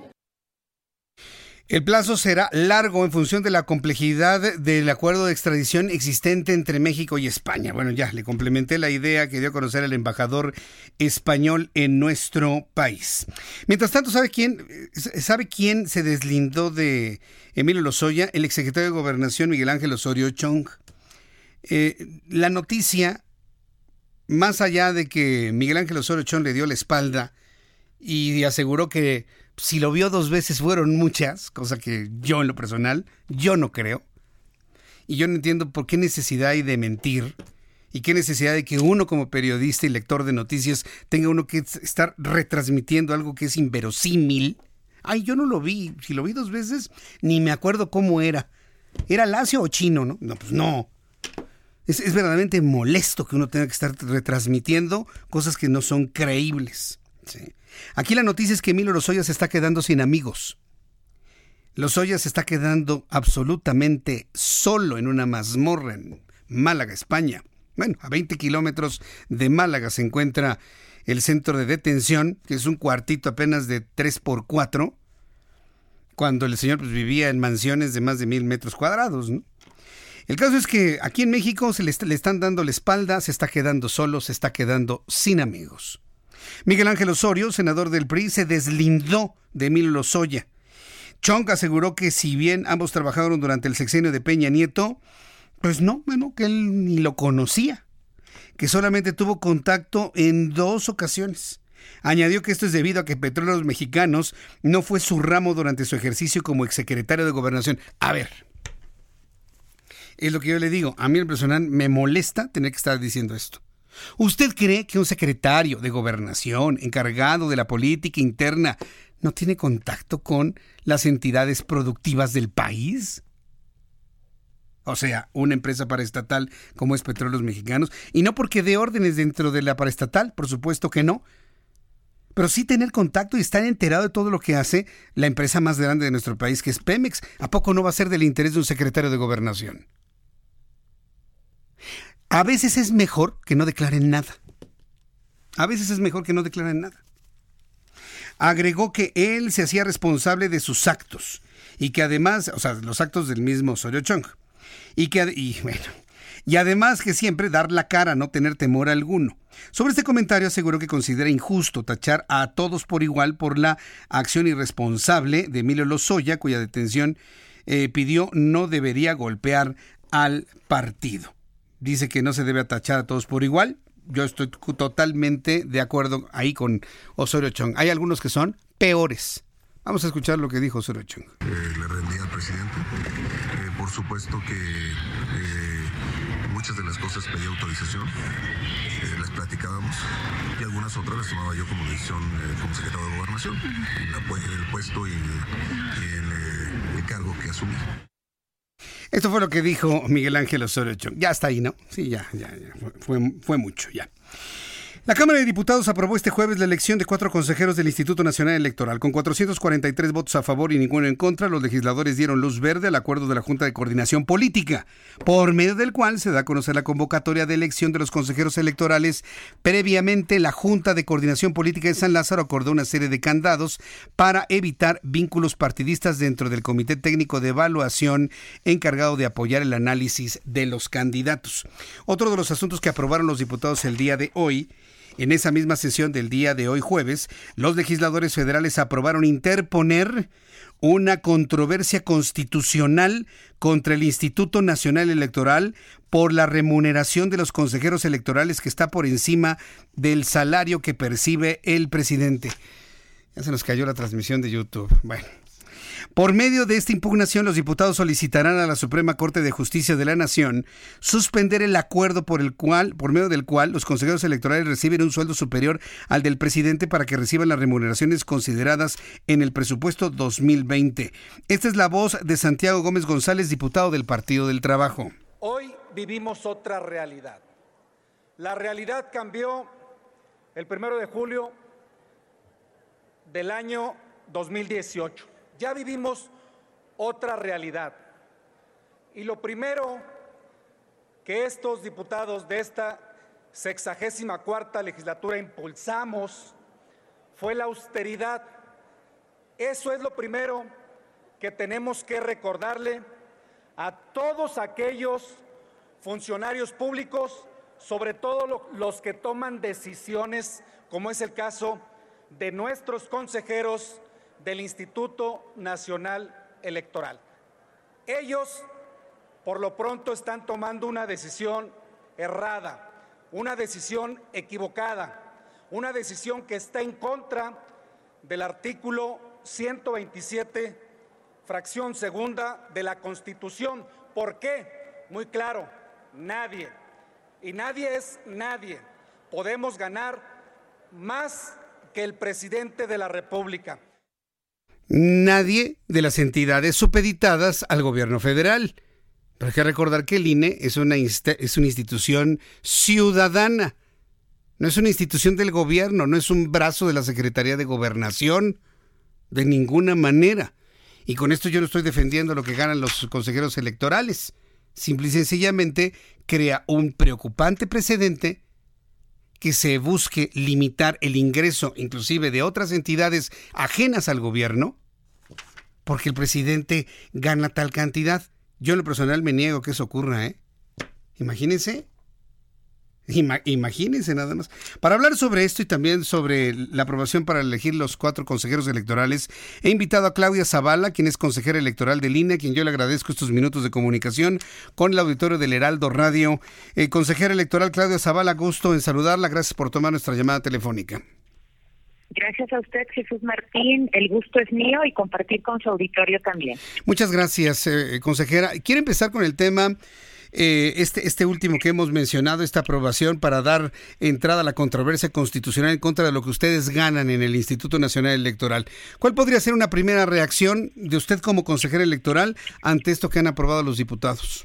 El plazo será largo en función de la complejidad del acuerdo de extradición existente entre México y España. Bueno, ya le complementé la idea que dio a conocer el embajador español en nuestro país. Mientras tanto, ¿sabe quién, sabe quién se deslindó de Emilio Lozoya? El exsecretario de Gobernación, Miguel Ángel Osorio Chong. Eh, la noticia, más allá de que Miguel Ángel Osorio Chong le dio la espalda y aseguró que si lo vio dos veces fueron muchas, cosa que yo en lo personal, yo no creo. Y yo no entiendo por qué necesidad hay de mentir y qué necesidad de que uno como periodista y lector de noticias tenga uno que estar retransmitiendo algo que es inverosímil. Ay, yo no lo vi, si lo vi dos veces, ni me acuerdo cómo era. ¿Era lacio o chino, no? No, pues no. Es, es verdaderamente molesto que uno tenga que estar retransmitiendo cosas que no son creíbles. Sí. Aquí la noticia es que Emilio Lozoya se está quedando sin amigos. Lozoya se está quedando absolutamente solo en una mazmorra en Málaga, España. Bueno, a veinte kilómetros de Málaga se encuentra el centro de detención, que es un cuartito apenas de tres por cuatro, cuando el señor pues, vivía en mansiones de más de mil metros cuadrados, ¿no? El caso es que aquí en México se le, est- le están dando la espalda, se está quedando solo, se está quedando sin amigos. Miguel Ángel Osorio, senador del P R I, se deslindó de Emilio Lozoya. Chong aseguró que si bien ambos trabajaron durante el sexenio de Peña Nieto, pues no, bueno, que él ni lo conocía, que solamente tuvo contacto en dos ocasiones. Añadió que esto es debido a que Petróleos Mexicanos no fue su ramo durante su ejercicio como exsecretario de Gobernación. A ver, es lo que yo le digo. A mí en personal me molesta tener que estar diciendo esto. ¿Usted cree que un secretario de Gobernación encargado de la política interna no tiene contacto con las entidades productivas del país? O sea, una empresa paraestatal como es Petróleos Mexicanos. Y no porque dé órdenes dentro de la paraestatal, por supuesto que no. Pero sí tener contacto y estar enterado de todo lo que hace la empresa más grande de nuestro país, que es Pemex. ¿A poco no va a ser del interés de un secretario de Gobernación? A veces es mejor que no declaren nada. A veces es mejor que no declaren nada. Agregó que él se hacía responsable de sus actos y que además, o sea, los actos del mismo Osorio Chong, y que, y bueno, y además que siempre dar la cara, no tener temor alguno. Sobre este comentario aseguró que considera injusto tachar a todos por igual por la acción irresponsable de Emilio Lozoya, cuya detención eh, pidió no debería golpear al partido. Dice que no se debe tachar a todos por igual. Yo estoy totalmente de acuerdo ahí con Osorio Chong. Hay algunos que son peores. Vamos a escuchar lo que dijo Osorio Chong. Eh, le rendí al presidente. Eh, por supuesto que eh, muchas de las cosas pedí autorización. Eh, las platicábamos y algunas otras las tomaba yo como decisión eh, como secretario de Gobernación. La, el puesto y, y el, eh, el cargo que asumí. Esto fue lo que dijo Miguel Ángel Osorio Chong. Ya está ahí, ¿no? Sí, ya, ya, ya. Fue, fue mucho, ya. La Cámara de Diputados aprobó este jueves la elección de cuatro consejeros del Instituto Nacional Electoral. Con cuatrocientos cuarenta y tres votos a favor y ninguno en contra, los legisladores dieron luz verde al acuerdo de la Junta de Coordinación Política, por medio del cual se da a conocer la convocatoria de elección de los consejeros electorales. Previamente, la Junta de Coordinación Política de San Lázaro acordó una serie de candados para evitar vínculos partidistas dentro del Comité Técnico de Evaluación encargado de apoyar el análisis de los candidatos. Otro de los asuntos que aprobaron los diputados el día de hoy. En esa misma sesión del día de hoy jueves, los legisladores federales aprobaron interponer una controversia constitucional contra el Instituto Nacional Electoral por la remuneración de los consejeros electorales que está por encima del salario que percibe el presidente. Ya se nos cayó la transmisión de YouTube. Bueno. Por medio de esta impugnación, los diputados solicitarán a la Suprema Corte de Justicia de la Nación suspender el acuerdo por el cual, por medio del cual los consejeros electorales reciben un sueldo superior al del presidente para que reciban las remuneraciones consideradas en el presupuesto dos mil veinte. Esta es la voz de Santiago Gómez González, diputado del Partido del Trabajo. Hoy vivimos otra realidad. La realidad cambió el primero de julio del año dos mil dieciocho. Ya vivimos otra realidad. Y lo primero que estos diputados de esta sexagésima cuarta legislatura impulsamos fue la austeridad. Eso es lo primero que tenemos que recordarle a todos aquellos funcionarios públicos, sobre todo los que toman decisiones, como es el caso de nuestros consejeros del Instituto Nacional Electoral. Ellos, por lo pronto, están tomando una decisión errada, una decisión equivocada, una decisión que está en contra del artículo ciento veintisiete, fracción segunda de la Constitución. ¿Por qué? Muy claro, nadie, y nadie es nadie, podemos ganar más que el presidente de la República. Nadie de las entidades supeditadas al gobierno federal. Pero hay que recordar que el I N E es una, es una institución ciudadana. No es una institución del gobierno, no es un brazo de la Secretaría de Gobernación, de ninguna manera. Y con esto yo no estoy defendiendo lo que ganan los consejeros electorales. Simple y sencillamente crea un preocupante precedente que se busque limitar el ingreso inclusive de otras entidades ajenas al gobierno porque el presidente gana tal cantidad. Yo en lo personal me niego que eso ocurra, ¿eh? Imagínense. Ima- imagínense nada más. Para hablar sobre esto y también sobre la aprobación para elegir los cuatro consejeros electorales, he invitado a Claudia Zavala, quien es consejera electoral del I N E, a quien yo le agradezco estos minutos de comunicación con el auditorio del Heraldo Radio. Eh, consejera electoral Claudia Zavala, gusto en saludarla. Gracias por tomar nuestra llamada telefónica. Gracias a usted, Jesús Martín. El gusto es mío y compartir con su auditorio también. Muchas gracias, eh, consejera. Quiero empezar con el tema, eh, este, este último que hemos mencionado, esta aprobación para dar entrada a la controversia constitucional en contra de lo que ustedes ganan en el Instituto Nacional Electoral. ¿Cuál podría ser una primera reacción de usted como consejera electoral ante esto que han aprobado los diputados?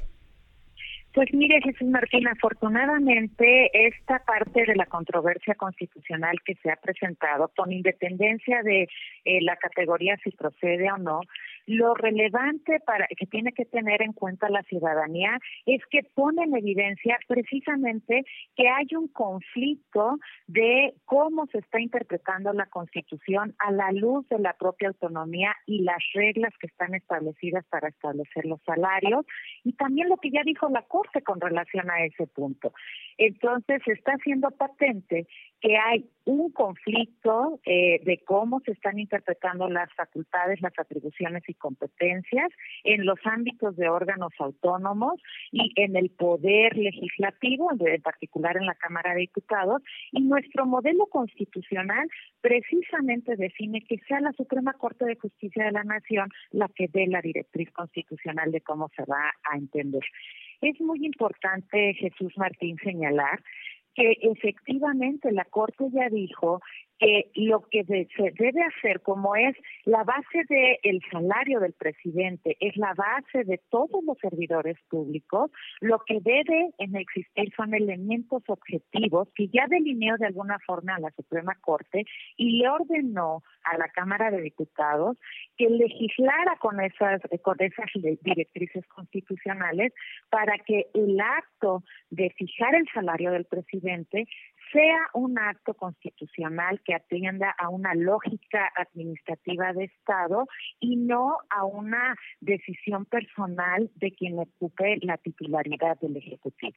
Pues mire, Jesús Martín, afortunadamente esta parte de la controversia constitucional que se ha presentado, con independencia de eh, la categoría si procede o no, lo relevante para que tiene que tener en cuenta la ciudadanía es que pone en evidencia precisamente que hay un conflicto de cómo se está interpretando la Constitución a la luz de la propia autonomía y las reglas que están establecidas para establecer los salarios, y también lo que ya dijo la Corte con relación a ese punto. Entonces, se está haciendo patente que hay un conflicto eh, de cómo se están interpretando las facultades, las atribuciones y competencias en los ámbitos de órganos autónomos y en el poder legislativo, en particular en la Cámara de Diputados, y nuestro modelo constitucional precisamente define que sea la Suprema Corte de Justicia de la Nación la que dé la directriz constitucional de cómo se va a entender. Es muy importante, Jesús Martín, señalar que efectivamente la Corte ya dijo que lo que de, se debe hacer, como es la base del salario del presidente, es la base de todos los servidores públicos, lo que debe en existir son elementos objetivos que ya delineó de alguna forma a la Suprema Corte y le ordenó a la Cámara de Diputados que legislara con esas, con esas directrices constitucionales para que el acto de fijar el salario del presidente sea un acto constitucional que atienda a una lógica administrativa de Estado y no a una decisión personal de quien ocupe la titularidad del Ejecutivo.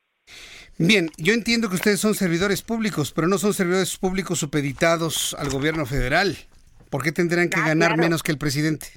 Bien, yo entiendo que ustedes son servidores públicos, pero no son servidores públicos supeditados al gobierno federal. ¿Por qué tendrán que ah, ganar claro. menos que el presidente?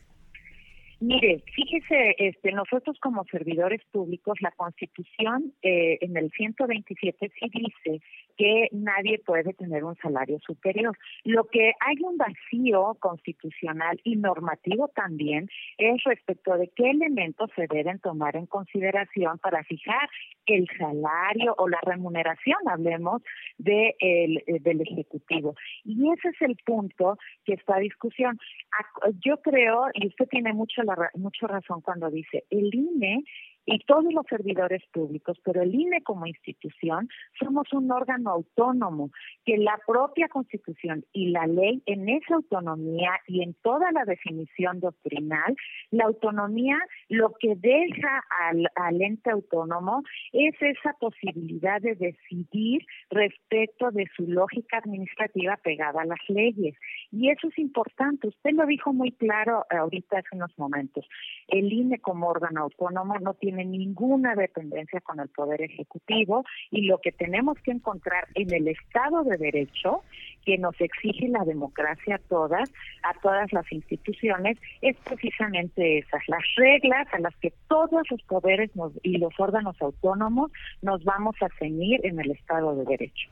Mire, fíjese, este, nosotros como servidores públicos, la Constitución eh, en el ciento veintisiete sí dice que nadie puede tener un salario superior. Lo que hay un vacío constitucional y normativo también es respecto de qué elementos se deben tomar en consideración para fijar el salario o la remuneración, hablemos, de el, del Ejecutivo. Y ese es el punto que está a discusión. Yo creo, y usted tiene mucho, la, mucho razón cuando dice, el I N E y todos los servidores públicos, pero el I N E como institución, somos un órgano autónomo, que la propia Constitución y la ley en esa autonomía y en toda la definición doctrinal, la autonomía lo que deja al, al ente autónomo es esa posibilidad de decidir respecto de su lógica administrativa pegada a las leyes. Y eso es importante, usted lo dijo muy claro ahorita hace unos momentos, el I N E como órgano autónomo no tiene ninguna dependencia con el Poder Ejecutivo y lo que tenemos que encontrar en el Estado de Derecho que nos exige la democracia a todas, a todas las instituciones, es precisamente esas, las reglas a las que todos los poderes nos, y los órganos autónomos nos vamos a ceñir en el Estado de Derecho.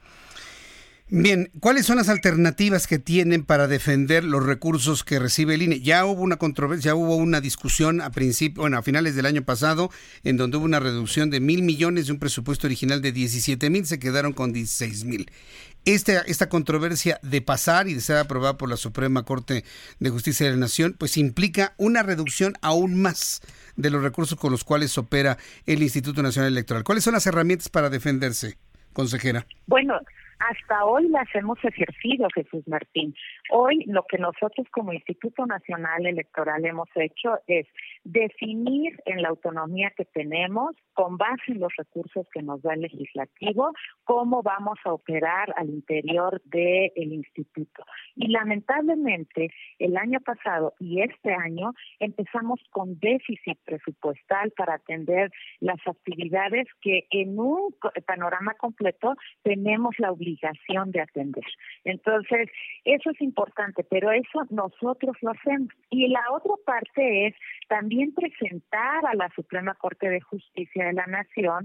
Bien, ¿cuáles son las alternativas que tienen para defender los recursos que recibe el I N E? Ya hubo una controversia, ya hubo una discusión a principio, bueno, a finales del año pasado, en donde hubo una reducción de mil millones de un presupuesto original de diecisiete mil, se quedaron con dieciséis mil. Esta, esta controversia de pasar y de ser aprobada por la Suprema Corte de Justicia de la Nación, pues implica una reducción aún más de los recursos con los cuales opera el Instituto Nacional Electoral. ¿Cuáles son las herramientas para defenderse, consejera? Bueno, hasta hoy las hemos ejercido, Jesús Martín. Hoy lo que nosotros como Instituto Nacional Electoral hemos hecho es definir en la autonomía que tenemos, con base en los recursos que nos da el legislativo, cómo vamos a operar al interior del instituto. Y lamentablemente, el año pasado y este año empezamos con déficit presupuestal para atender las actividades que en un panorama completo tenemos la obligación de atender. Entonces, eso es importante, pero eso nosotros lo hacemos. Y la otra parte es también presentar a la Suprema Corte de Justicia de la Nación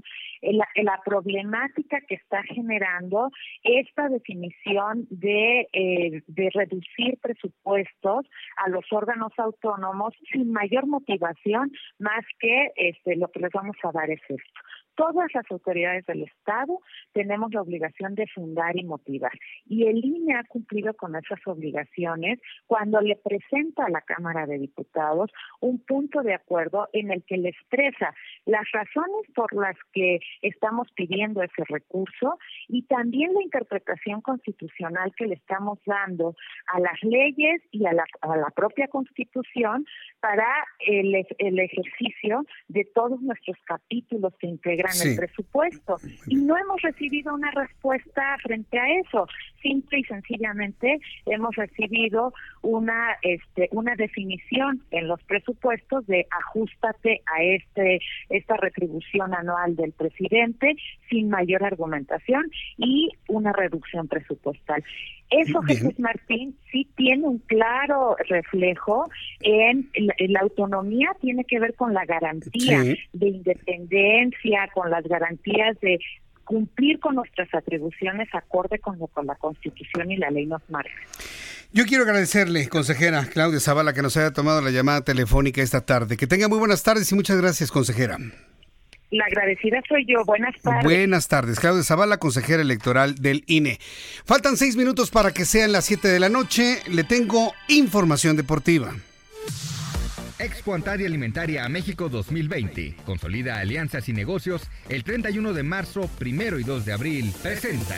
la, la problemática que está generando esta definición de, eh, de reducir presupuestos a los órganos autónomos sin mayor motivación, más que este, lo que les vamos a dar es esto. Todas las autoridades del Estado tenemos la obligación de fundar y motivar. Y el I N E ha cumplido con esas obligaciones cuando le presenta a la Cámara de Diputados un punto de acuerdo en el que le expresa las razones por las que estamos pidiendo ese recurso y también la interpretación constitucional que le estamos dando a las leyes y a la, a la propia Constitución para el, el ejercicio de todos nuestros capítulos que integran Sí. el presupuesto, y no hemos recibido una respuesta frente a eso. Simple y sencillamente hemos recibido una este una definición en los presupuestos de ajústate a este esta retribución anual del presidente sin mayor argumentación y una reducción presupuestal. Eso, Bien. Jesús Martín, sí tiene un claro reflejo en la, en la autonomía, tiene que ver con la garantía sí. de independencia, con las garantías de cumplir con nuestras atribuciones acorde con lo que la Constitución y la ley nos marcan. Yo quiero agradecerle, consejera Claudia Zavala, que nos haya tomado la llamada telefónica esta tarde. Que tenga muy buenas tardes y muchas gracias, consejera. La agradecida soy yo. Buenas tardes. Buenas tardes. Claudia Zavala, consejera electoral del I N E. Faltan seis minutos para que sean las siete de la noche. Le tengo información deportiva. Expo Antaria Alimentaria a México dos mil veinte. Consolida alianzas y negocios. El treinta y uno de marzo, primero y dos de abril. Presenta.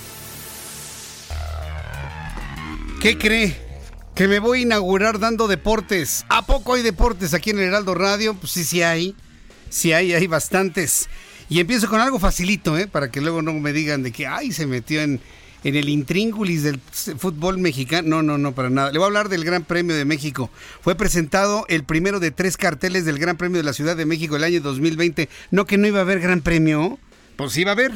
¿Qué cree? Que me voy a inaugurar dando deportes. ¿A poco hay deportes aquí en el Heraldo Radio? Pues sí, sí hay. Sí hay, hay bastantes. Y empiezo con algo facilito, ¿eh? Para que luego no me digan de que, ay, se metió en, en el intríngulis del fútbol mexicano. No, no, no, para nada. Le voy a hablar del Gran Premio de México. Fue presentado el primero de tres carteles del Gran Premio de la Ciudad de México el año dos mil veinte. ¿No que no iba a haber Gran Premio? Pues sí iba a haber.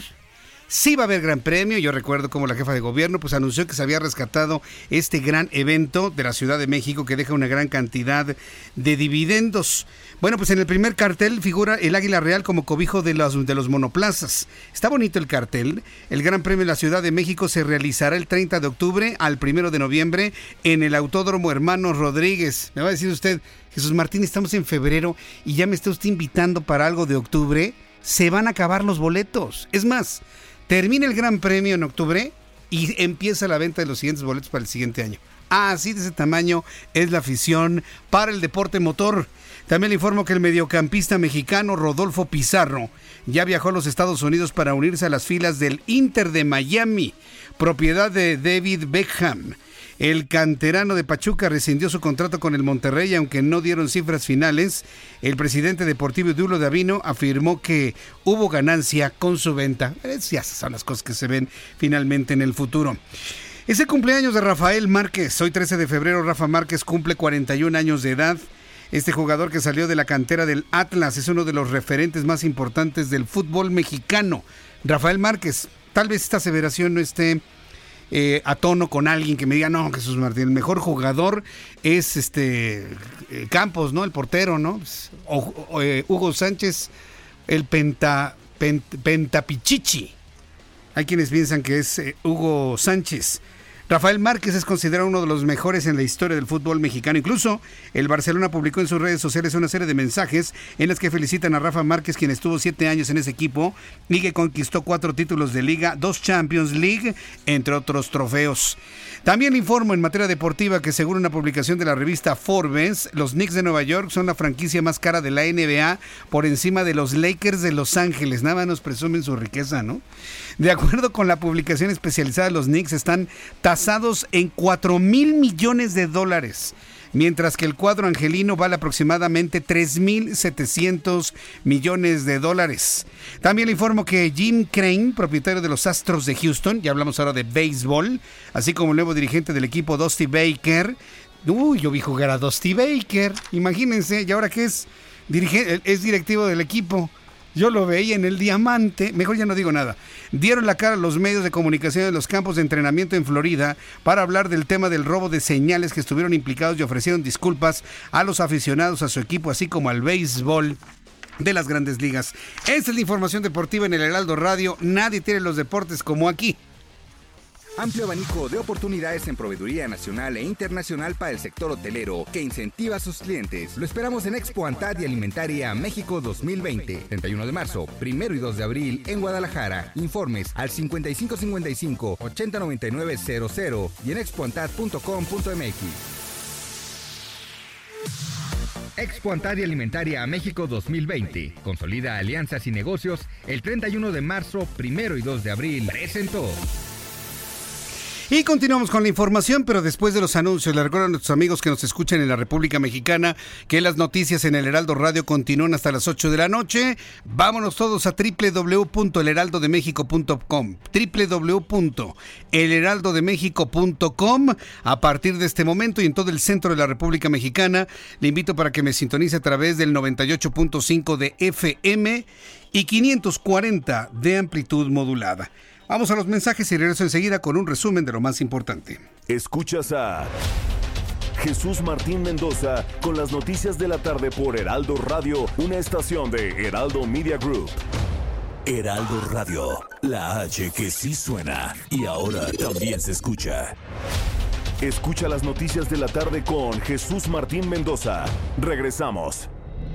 Sí va a haber Gran Premio. Yo recuerdo como la jefa de gobierno pues anunció que se había rescatado este gran evento de la Ciudad de México que deja una gran cantidad de dividendos. Bueno, pues en el primer cartel figura el Águila Real como cobijo de los, de los monoplazas. Está bonito el cartel. El Gran Premio de la Ciudad de México se realizará el treinta de octubre al primero de noviembre en el Autódromo Hermanos Rodríguez. Me va a decir usted, Jesús Martín, estamos en febrero y ya me está usted invitando para algo de octubre. Se van a acabar los boletos. Es más, termina el Gran Premio en octubre y empieza la venta de los siguientes boletos para el siguiente año. Así de ese tamaño es la afición para el deporte motor. También le informo que el mediocampista mexicano Rodolfo Pizarro ya viajó a los Estados Unidos para unirse a las filas del Inter de Miami, propiedad de David Beckham. El canterano de Pachuca rescindió su contrato con el Monterrey, aunque no dieron cifras finales. El presidente deportivo Eduardo Davino afirmó que hubo ganancia con su venta. Esas son las cosas que se ven finalmente en el futuro. Es el cumpleaños de Rafael Márquez. Hoy trece de febrero Rafa Márquez cumple cuarenta y un años de edad. Este jugador que salió de la cantera del Atlas es uno de los referentes más importantes del fútbol mexicano. Rafael Márquez, tal vez esta aseveración no esté eh, a tono con alguien que me diga, no, Jesús Martín, el mejor jugador es este eh, Campos, ¿no? El portero, ¿no? O, o, eh, Hugo Sánchez, el penta, pent, pentapichichi. Hay quienes piensan que es eh, Hugo Sánchez. Rafael Márquez es considerado uno de los mejores en la historia del fútbol mexicano. Incluso el Barcelona publicó en sus redes sociales una serie de mensajes en las que felicitan a Rafa Márquez, quien estuvo siete años en ese equipo y que conquistó cuatro títulos de liga, dos Champions League, entre otros trofeos. También informo en materia deportiva que según una publicación de la revista Forbes, los Knicks de Nueva York son la franquicia más cara de la N B A por encima de los Lakers de Los Ángeles. Nada más nos presumen su riqueza, ¿no? De acuerdo con la publicación especializada, los Knicks están tasados en cuatro mil millones de dólares, mientras que el cuadro angelino vale aproximadamente tres mil setecientos millones de dólares. También le informo que Jim Crane, propietario de los Astros de Houston, ya hablamos ahora de béisbol, así como el nuevo dirigente del equipo Dusty Baker. Uy, yo vi jugar a Dusty Baker, imagínense, ¿y ahora qué es? Dirige, es directivo del equipo. Yo lo veía en el Diamante, mejor ya no digo nada. Dieron la cara a los medios de comunicación en los campos de entrenamiento en Florida para hablar del tema del robo de señales que estuvieron implicados y ofrecieron disculpas a los aficionados a su equipo, así como al béisbol. de las Grandes Ligas. Esa es la información deportiva en el Heraldo Radio. Nadie tiene los deportes como aquí. Amplio abanico de oportunidades en proveeduría nacional e internacional para el sector hotelero que incentiva a sus clientes. Lo esperamos en Expo Antad y Alimentaria México dos mil veinte, treinta y uno de marzo, primero y dos de abril en Guadalajara. Informes al cincuenta y cinco cincuenta y cinco, ochenta noventa y nueve cero cero y en expoantad punto com punto m x. Expo Antad y Alimentaria México dos mil veinte. Consolida alianzas y negocios. El treinta y uno de marzo, primero y dos de abril. Presentó. Y continuamos con la información, pero después de los anuncios, le recuerdo a nuestros amigos que nos escuchan en la República Mexicana que las noticias en el Heraldo Radio continúan hasta las ocho de la noche. Vámonos todos a doble u doble u doble u punto el heraldo de méxico punto com, doble u doble u doble u punto el heraldo de méxico punto com. A partir de este momento y en todo el centro de la República Mexicana, le invito para que me sintonice a través del noventa y ocho punto cinco de F M y quinientos cuarenta de amplitud modulada. Vamos a los mensajes y regreso enseguida con un resumen de lo más importante. Escuchas a Jesús Martín Mendoza con las noticias de la tarde por Heraldo Radio, una estación de Heraldo Media Group. Heraldo Radio, la H que sí suena y ahora también se escucha. Escucha las noticias de la tarde con Jesús Martín Mendoza. Regresamos.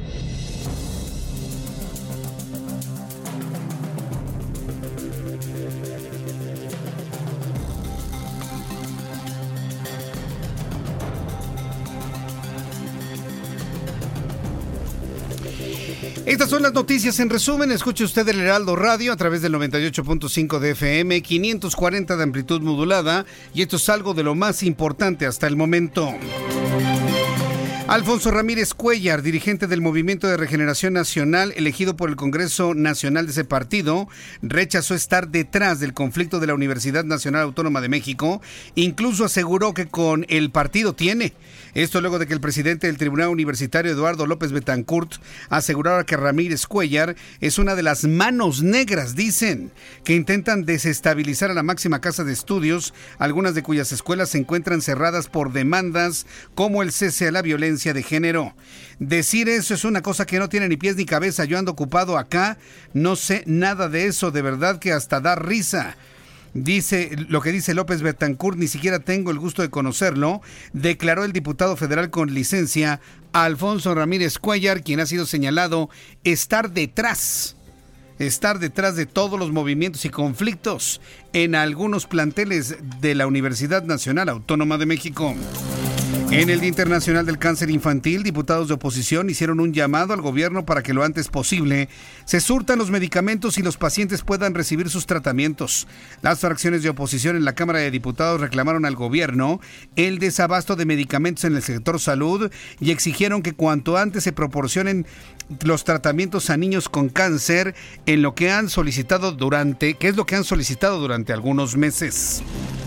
Estas son las noticias en resumen. Escuche usted el Heraldo Radio a través del noventa y ocho punto cinco de F M, quinientos cuarenta de amplitud modulada, y esto es algo de lo más importante hasta el momento. Alfonso Ramírez Cuéllar, dirigente del Movimiento de Regeneración Nacional, elegido por el Congreso Nacional de ese partido, rechazó estar detrás del conflicto de la Universidad Nacional Autónoma de México. Incluso aseguró que con el partido tiene. Esto luego de que el presidente del Tribunal Universitario, Eduardo López Betancourt, asegurara que Ramírez Cuéllar es una de las manos negras, dicen, que intentan desestabilizar a la máxima casa de estudios, algunas de cuyas escuelas se encuentran cerradas por demandas como el cese a la violencia de género. Decir eso es una cosa que no tiene ni pies ni cabeza. Yo ando ocupado acá, no sé nada de eso, de verdad que hasta da risa. Dice lo que dice López Betancourt, ni siquiera tengo el gusto de conocerlo, declaró el diputado federal con licencia Alfonso Ramírez Cuéllar, quien ha sido señalado estar detrás, estar detrás de todos los movimientos y conflictos en algunos planteles de la Universidad Nacional Autónoma de México. En el Día Internacional del Cáncer Infantil, diputados de oposición hicieron un llamado al gobierno para que lo antes posible se surtan los medicamentos y los pacientes puedan recibir sus tratamientos. Las fracciones de oposición en la Cámara de Diputados reclamaron al gobierno el desabasto de medicamentos en el sector salud y exigieron que cuanto antes se proporcionen los tratamientos a niños con cáncer, en lo que han solicitado durante, que es lo que han solicitado durante algunos meses.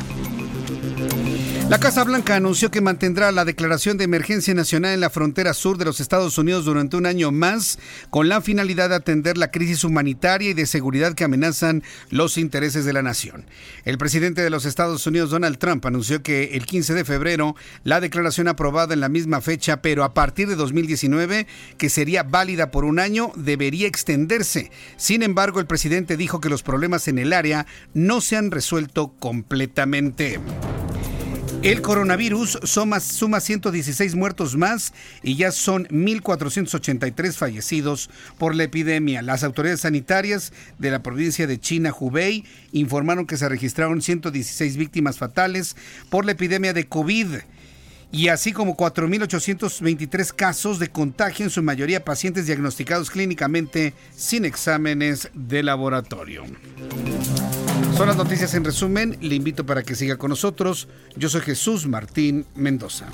La Casa Blanca anunció que mantendrá la declaración de emergencia nacional en la frontera sur de los Estados Unidos durante un año más, con la finalidad de atender la crisis humanitaria y de seguridad que amenazan los intereses de la nación. El presidente de los Estados Unidos, Donald Trump, anunció que el quince de febrero la declaración aprobada en la misma fecha, pero a partir de dos mil diecinueve, que sería válida por un año, debería extenderse. Sin embargo, el presidente dijo que los problemas en el área no se han resuelto completamente. El coronavirus suma, suma ciento dieciséis muertos más y ya son mil cuatrocientos ochenta y tres fallecidos por la epidemia. Las autoridades sanitarias de la provincia de China, Hubei, informaron que se registraron ciento dieciséis víctimas fatales por la epidemia de COVID, y así como cuatro mil ochocientos veintitrés casos de contagio, en su mayoría pacientes diagnosticados clínicamente sin exámenes de laboratorio. Son las noticias en resumen. Le invito para que siga con nosotros. Yo soy Jesús Martín Mendoza.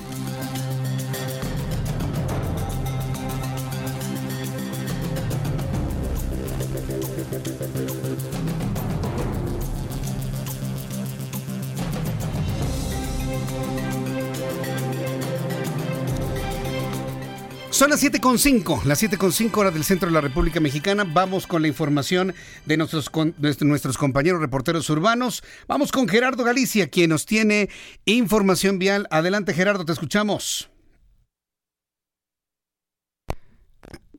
Son las siete con cinco, las siete con cinco horas del centro de la República Mexicana. Vamos con la información de nuestros, con, nuestros compañeros reporteros urbanos. Vamos con Gerardo Galicia, quien nos tiene información vial. Adelante, Gerardo, te escuchamos.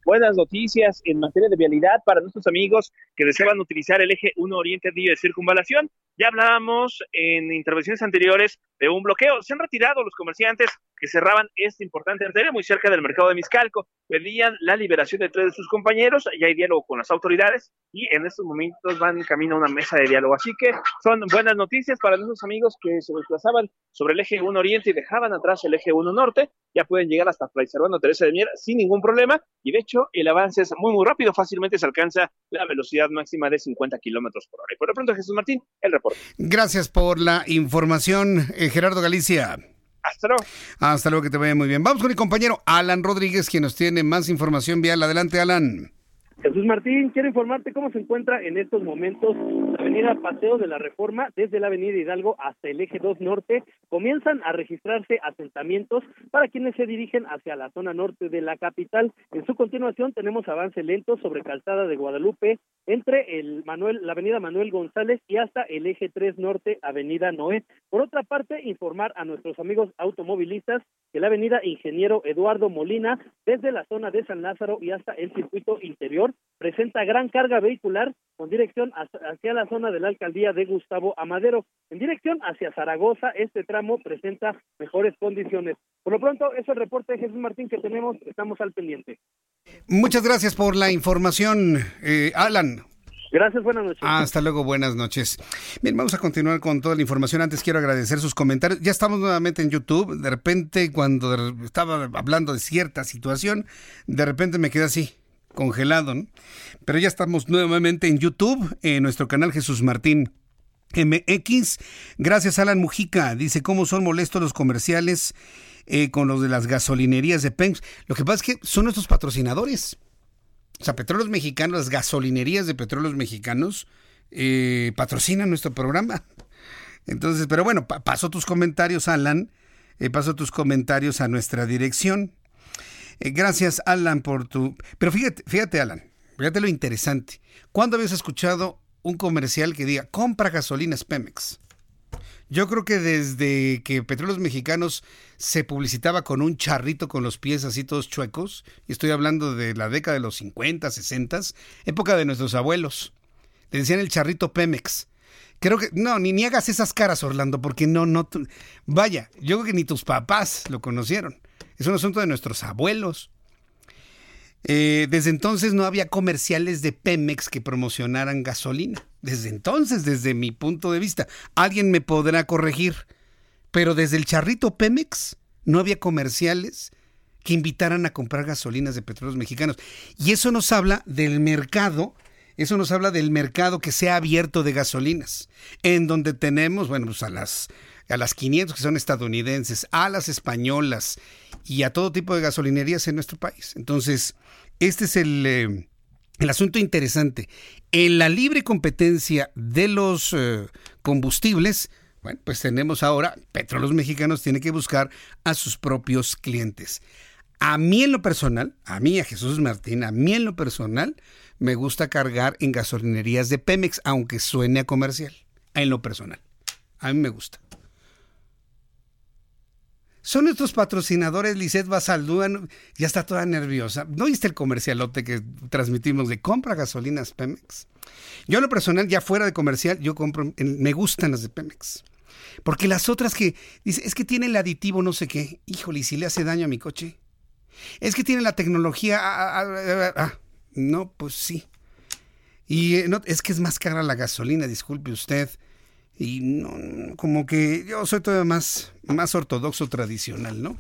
buenas noticias en materia de vialidad para nuestros amigos que desean utilizar el eje uno Oriente Anillo de Circunvalación. Ya hablábamos en intervenciones anteriores de un bloqueo. Se han retirado los comerciantes que cerraban esta importante arteria muy cerca del mercado de Mixcalco. Pedían la liberación de tres de sus compañeros. Ya hay diálogo con las autoridades y en estos momentos van camino a una mesa de diálogo. Así que son buenas noticias para nuestros amigos que se desplazaban sobre el eje uno Oriente y dejaban atrás el eje uno Norte. Ya pueden llegar hasta Fray Servando Teresa de Mier sin ningún problema. Y de hecho, el avance es muy, muy rápido. Fácilmente se alcanza la velocidad máxima de cincuenta kilómetros por hora. Y por lo pronto, Jesús Martín, el reporte. Gracias por la información, eh, Gerardo Galicia. Hasta luego. Hasta luego, que te vaya muy bien. Vamos con mi compañero Alan Rodríguez, quien nos tiene más información vial. Adelante, Alan. Jesús Martín, quiero informarte cómo se encuentra en estos momentos la avenida Paseo de la Reforma, desde la avenida Hidalgo hasta el eje dos Norte. Comienzan a registrarse asentamientos para quienes se dirigen hacia la zona norte de la capital. En su continuación tenemos avance lento sobre Calzada de Guadalupe, entre el Manuel, la avenida Manuel González y hasta el eje tres Norte, avenida Noé. Por otra parte, informar a nuestros amigos automovilistas que la avenida Ingeniero Eduardo Molina, desde la zona de San Lázaro y hasta el circuito interior, presenta gran carga vehicular con dirección hacia la zona de la alcaldía de Gustavo Amadero. En dirección hacia Zaragoza, este tramo presenta mejores condiciones. Por lo pronto, eso es el reporte de Jesús Martín que tenemos, estamos al pendiente. Muchas gracias por la información, eh, Alan. Gracias, buenas noches. Hasta luego, buenas noches. Bien, vamos a continuar con toda la información. Antes quiero agradecer sus comentarios. Ya estamos nuevamente en YouTube. De repente, cuando estaba hablando de cierta situación, de repente me quedé así, congelado, ¿no? Pero ya estamos nuevamente en YouTube, en nuestro canal Jesús Martín M X. Gracias, Alan Mujica. Dice, ¿cómo son molestos los comerciales eh, con los de las gasolinerías de Pemex? Lo que pasa es que son nuestros patrocinadores. O sea, Petróleos Mexicanos, las gasolinerías de Petróleos Mexicanos eh, patrocinan nuestro programa. Entonces, pero bueno, pa- paso tus comentarios, Alan. Eh, paso tus comentarios a nuestra dirección. Eh, gracias, Alan, por tu... Pero fíjate, fíjate, Alan, fíjate lo interesante. ¿Cuándo habías escuchado un comercial que diga, compra gasolinas Pemex? Yo creo que desde que Petróleos Mexicanos se publicitaba con un charrito con los pies así todos chuecos, y estoy hablando de la década de los cincuenta, sesenta, época de nuestros abuelos, le decían el charrito Pemex. Creo que, no, ni, ni hagas esas caras, Orlando, porque no, no, tu, vaya, yo creo que ni tus papás lo conocieron. Es un asunto de nuestros abuelos. Eh, desde entonces no había comerciales de Pemex que promocionaran gasolina. Desde entonces, desde mi punto de vista. Alguien me podrá corregir. Pero desde el charrito Pemex no había comerciales que invitaran a comprar gasolinas de Petróleos Mexicanos. Y eso nos habla del mercado, eso nos habla del mercado que se ha abierto de gasolinas. En donde tenemos, bueno, pues a las... a las quinientas que son estadounidenses, a las españolas y a todo tipo de gasolinerías en nuestro país. Entonces, este es el, eh, el asunto interesante. En la libre competencia de los eh, combustibles, bueno, pues tenemos ahora, Petróleos Mexicanos tiene que buscar a sus propios clientes. A mí en lo personal, a mí, a Jesús Martín, a mí en lo personal, me gusta cargar en gasolinerías de Pemex, aunque suene a comercial, en lo personal. A mí me gusta. Son nuestros patrocinadores. Lisette Basaldúa ya está toda nerviosa. ¿No viste el comercialote que transmitimos de compra gasolinas Pemex? Yo en lo personal, ya fuera de comercial, yo compro, me gustan las de Pemex. Porque las otras que, dice, es que tiene el aditivo no sé qué. Híjole, ¿y si le hace daño a mi coche? Es que tiene la tecnología... Ah, ah, ah, ah. No, pues sí. Y eh, no, es que es más cara la gasolina, disculpe usted. Y no, como que yo soy todavía más, más ortodoxo tradicional, ¿no?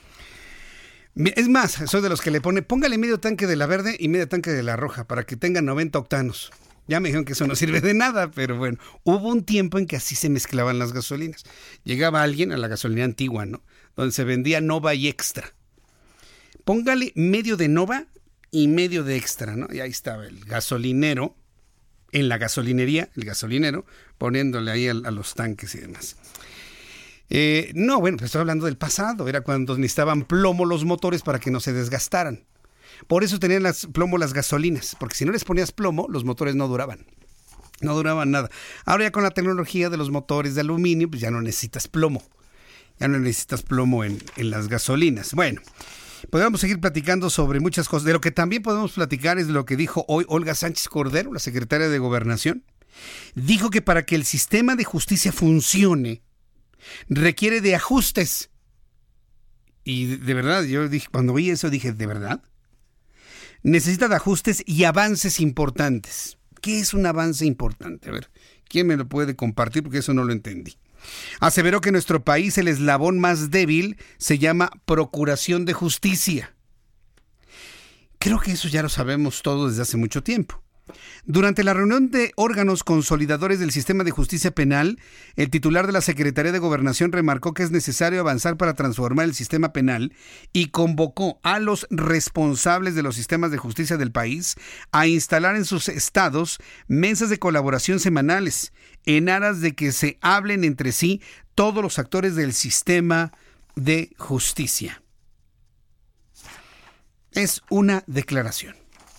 Es más, soy de los que le pone, póngale medio tanque de la verde y medio tanque de la roja para que tenga noventa octanos. Ya me dijeron que eso no sirve de nada, pero bueno, hubo un tiempo en que así se mezclaban las gasolinas. Llegaba alguien a la gasolina antigua, ¿no? Donde se vendía Nova y Extra. Póngale medio de Nova y medio de Extra, ¿no? Y ahí estaba el gasolinero, en la gasolinería, el gasolinero, poniéndole ahí a, a los tanques y demás. Eh, no, bueno, pues estoy hablando del pasado. Era cuando necesitaban plomo los motores para que no se desgastaran. Por eso tenían las, plomo las gasolinas, porque si no les ponías plomo, los motores no duraban. No duraban nada. Ahora ya con la tecnología de los motores de aluminio, pues ya no necesitas plomo. Ya no necesitas plomo en, en las gasolinas. Bueno, Podríamos seguir platicando sobre muchas cosas. De lo que también podemos platicar es de lo que dijo hoy Olga Sánchez Cordero, la secretaria de Gobernación. Dijo que para que el sistema de justicia funcione, requiere de ajustes. Y de verdad, yo dije, cuando oí eso dije, ¿de verdad? Necesita de ajustes y avances importantes. ¿Qué es un avance importante? A ver, ¿quién me lo puede compartir? Porque eso no lo entendí. Aseveró que en nuestro país el eslabón más débil se llama procuración de justicia. Creo que eso ya lo sabemos todos desde hace mucho tiempo. Durante la reunión de órganos consolidadores del sistema de justicia penal, el titular de la Secretaría de Gobernación remarcó que es necesario avanzar para transformar el sistema penal y convocó a los responsables de los sistemas de justicia del país a instalar en sus estados mesas de colaboración semanales en aras de que se hablen entre sí todos los actores del sistema de justicia. Es una declaración.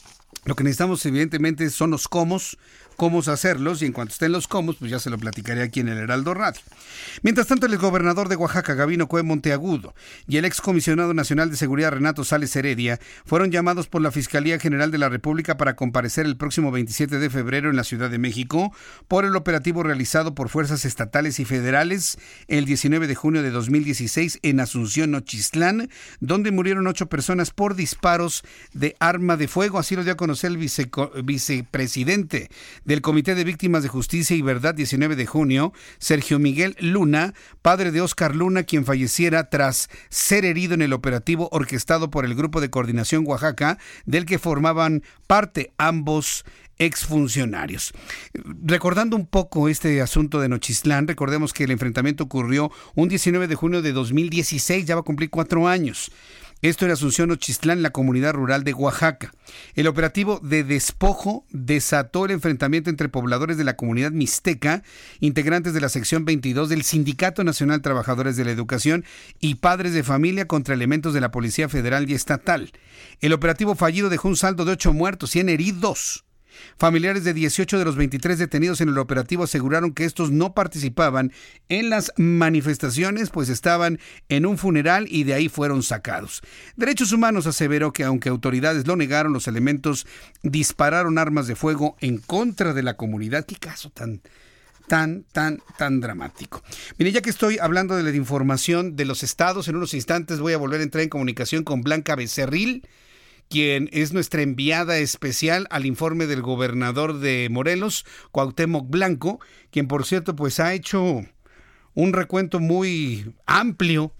Lo que necesitamos evidentemente son los cómo, cómo hacerlos, y en cuanto estén los cómo, pues ya se lo platicaré aquí en el Heraldo Radio. Mientras tanto, el gobernador de Oaxaca, Gabino Cue Monteagudo, y el excomisionado nacional de seguridad, Renato Sales Heredia, fueron llamados por la Fiscalía General de la República para comparecer el próximo veintisiete de febrero en la Ciudad de México por el operativo realizado por fuerzas estatales y federales el diecinueve de junio de dos mil dieciséis en Asunción, Nochistlán, donde murieron ocho personas por disparos de arma de fuego. Así lo dio a conocer el vice, vicepresidente del Comité de Víctimas de Justicia y Verdad diecinueve de junio, Sergio Miguel Luna, padre de Óscar Luna, quien falleciera tras ser herido en el operativo orquestado por el Grupo de Coordinación Oaxaca, del que formaban parte ambos exfuncionarios. Recordando un poco este asunto de Nochistlán, recordemos que el enfrentamiento ocurrió un diecinueve de junio de dos mil dieciséis, ya va a cumplir cuatro años. Esto en Asunción, Nochistlán, la comunidad rural de Oaxaca. El operativo de despojo desató el enfrentamiento entre pobladores de la comunidad mixteca, integrantes de la sección veintidós del Sindicato Nacional Trabajadores de la Educación y padres de familia contra elementos de la Policía Federal y Estatal. El operativo fallido dejó un saldo de ocho muertos, cien heridos. Familiares de dieciocho de los veintitrés detenidos en el operativo aseguraron que estos no participaban en las manifestaciones, pues estaban en un funeral y de ahí fueron sacados. Derechos Humanos aseveró que aunque autoridades lo negaron, los elementos dispararon armas de fuego en contra de la comunidad. Qué caso tan tan, tan, tan dramático. Mire, ya que estoy hablando de la información de los estados, en unos instantes voy a volver a entrar en comunicación con Blanca Becerril, quien es nuestra enviada especial al informe del gobernador de Morelos, Cuauhtémoc Blanco, quien por cierto pues ha hecho un recuento muy amplio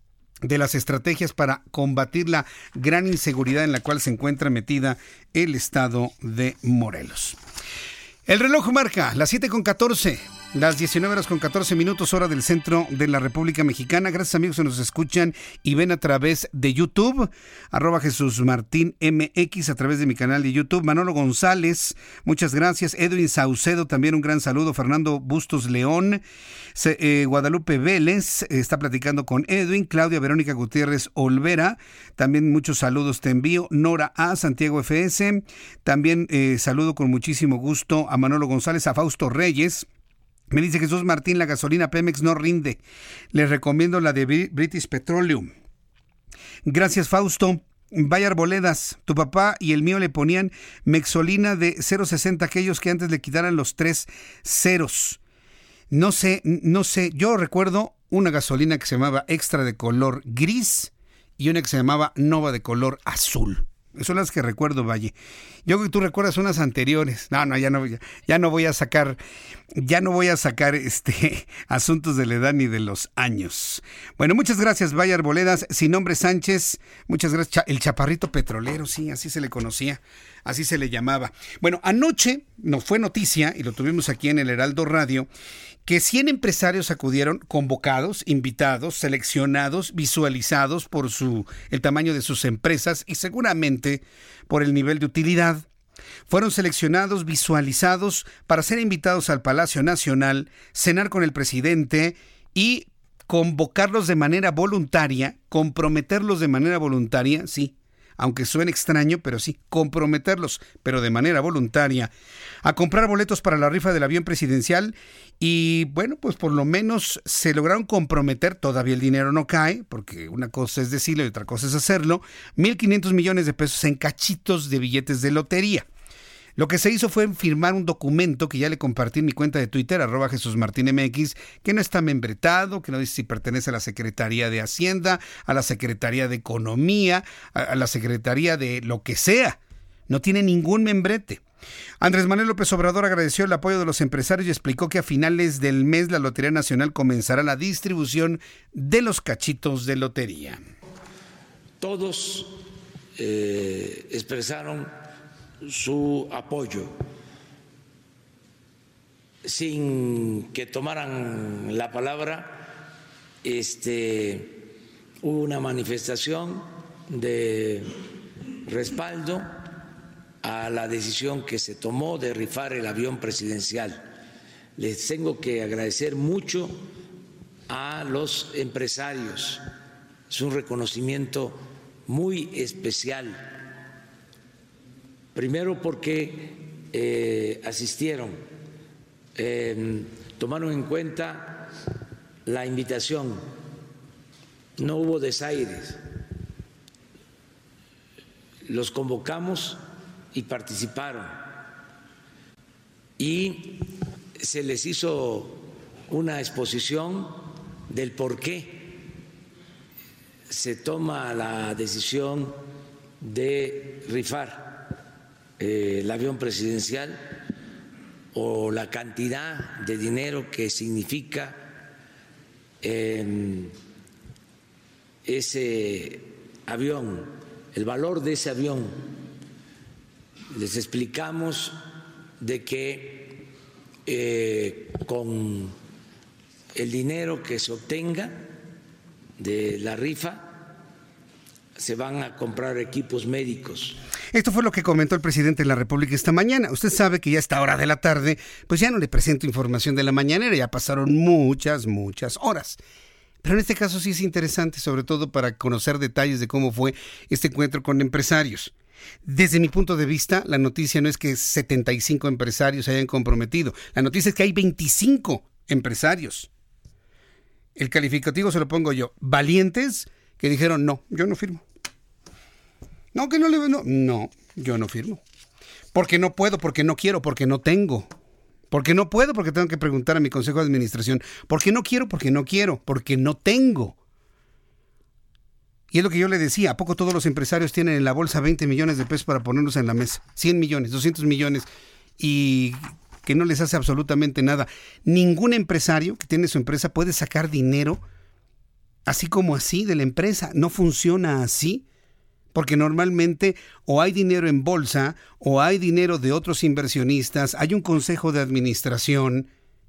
de las estrategias para combatir la gran inseguridad en la cual se encuentra metida el estado de Morelos. El reloj marca las siete con catorce. Las diecinueve horas con catorce minutos, hora del centro de la República Mexicana. Gracias, amigos que nos escuchan y ven a través de YouTube, arroba Jesús Martín M X, a través de mi canal de YouTube. Manolo González, muchas gracias. Edwin Saucedo, también un gran saludo. Fernando Bustos León, Se, eh, Guadalupe Vélez, eh, está platicando con Edwin. Claudia Verónica Gutiérrez Olvera, también muchos saludos te envío. Nora A, Santiago F S, también eh, saludo con muchísimo gusto a Manolo González, a Fausto Reyes. Me dice Jesús Martín, la gasolina Pemex no rinde. Les recomiendo la de British Petroleum. Gracias, Fausto. Vaya Arboledas, tu papá y el mío le ponían Mexolina de cero sesenta, aquellos que antes le quitaran los tres ceros. No sé, no sé, yo recuerdo una gasolina que se llamaba Extra de color gris y una que se llamaba Nova de color azul. Son las que recuerdo, Valle. Yo creo que tú recuerdas unas anteriores. No, no, ya no, ya, ya no voy a sacar, ya no voy a sacar este asuntos de la edad ni de los años. Bueno, muchas gracias, Valle Arboledas. Sin nombre Sánchez, muchas gracias. El chaparrito petrolero, sí, así se le conocía, así se le llamaba. Bueno, anoche nos fue noticia, y lo tuvimos aquí en el Heraldo Radio, que cien empresarios acudieron convocados, invitados, seleccionados, visualizados por su el tamaño de sus empresas y seguramente por el nivel de utilidad. Fueron seleccionados, visualizados para ser invitados al Palacio Nacional, cenar con el presidente y convocarlos de manera voluntaria, comprometerlos de manera voluntaria, sí, aunque suene extraño, pero sí, comprometerlos, pero de manera voluntaria, a comprar boletos para la rifa del avión presidencial y, bueno, pues por lo menos se lograron comprometer, todavía el dinero no cae, porque una cosa es decirlo y otra cosa es hacerlo, mil quinientos millones de pesos en cachitos de billetes de lotería. Lo que se hizo fue firmar un documento que ya le compartí en mi cuenta de Twitter, arroba Jesús Martín M X, que no está membretado, que no dice si pertenece a la Secretaría de Hacienda, a la Secretaría de Economía, a, a la Secretaría de lo que sea. No tiene ningún membrete. Andrés Manuel López Obrador agradeció el apoyo de los empresarios y explicó que a finales del mes la Lotería Nacional comenzará la distribución de los cachitos de lotería. Todos eh, expresaron su apoyo sin que tomaran la palabra. Este, hubo una manifestación de respaldo a la decisión que se tomó de rifar el avión presidencial. Les tengo que agradecer mucho a los empresarios. Es un reconocimiento muy especial. Primero porque eh, asistieron, eh, tomaron en cuenta la invitación, no hubo desaires, los convocamos y participaron y se les hizo una exposición del por qué se toma la decisión de rifar Eh, el avión presidencial o la cantidad de dinero que significa eh, ese avión, el valor de ese avión. Les explicamos de que eh, con el dinero que se obtenga de la rifa se van a comprar equipos médicos. Esto fue lo que comentó el presidente de la República esta mañana. Usted sabe que ya a esta hora de la tarde, pues ya no le presento información de la mañanera, ya pasaron muchas, muchas horas. Pero en este caso sí es interesante, sobre todo para conocer detalles de cómo fue este encuentro con empresarios. Desde mi punto de vista, la noticia no es que setenta y cinco empresarios se hayan comprometido. La noticia es que hay veinticinco empresarios. El calificativo se lo pongo yo. Valientes que dijeron, no, yo no firmo. No, que no le... No, no, yo no firmo. Porque no puedo, porque no quiero, porque no tengo. Porque no puedo, porque tengo que preguntar a mi consejo de administración. Porque no quiero, porque no quiero, porque no tengo. Y es lo que yo le decía, ¿a poco todos los empresarios tienen en la bolsa veinte millones de pesos para ponerlos en la mesa? cien millones, doscientos millones, y que no les hace absolutamente nada. Ningún empresario que tiene su empresa puede sacar dinero así como así de la empresa. No funciona así. Porque normalmente o hay dinero en bolsa o hay dinero de otros inversionistas, hay un consejo de administración,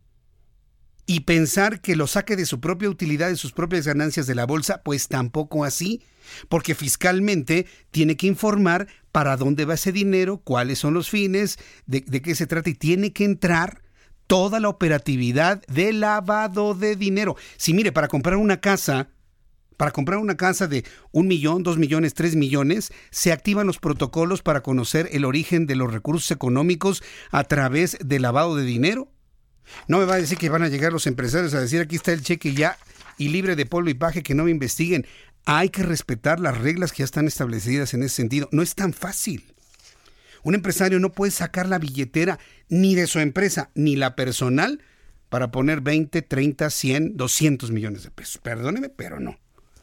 y pensar que lo saque de su propia utilidad, de sus propias ganancias de la bolsa, pues tampoco así, porque fiscalmente tiene que informar para dónde va ese dinero, cuáles son los fines, de, de qué se trata, y tiene que entrar toda la operatividad de lavado de dinero. Si mire, para comprar una casa... Para comprar una casa de un millón, dos millones, tres millones, se activan los protocolos para conocer el origen de los recursos económicos a través del lavado de dinero. No me va a decir que van a llegar los empresarios a decir aquí está el cheque ya y libre de polvo y paje, que no me investiguen. Hay que respetar las reglas que ya están establecidas en ese sentido. No es tan fácil. Un empresario no puede sacar la billetera ni de su empresa ni la personal para poner veinte, treinta, cien, doscientos millones de pesos. Perdóneme, pero no.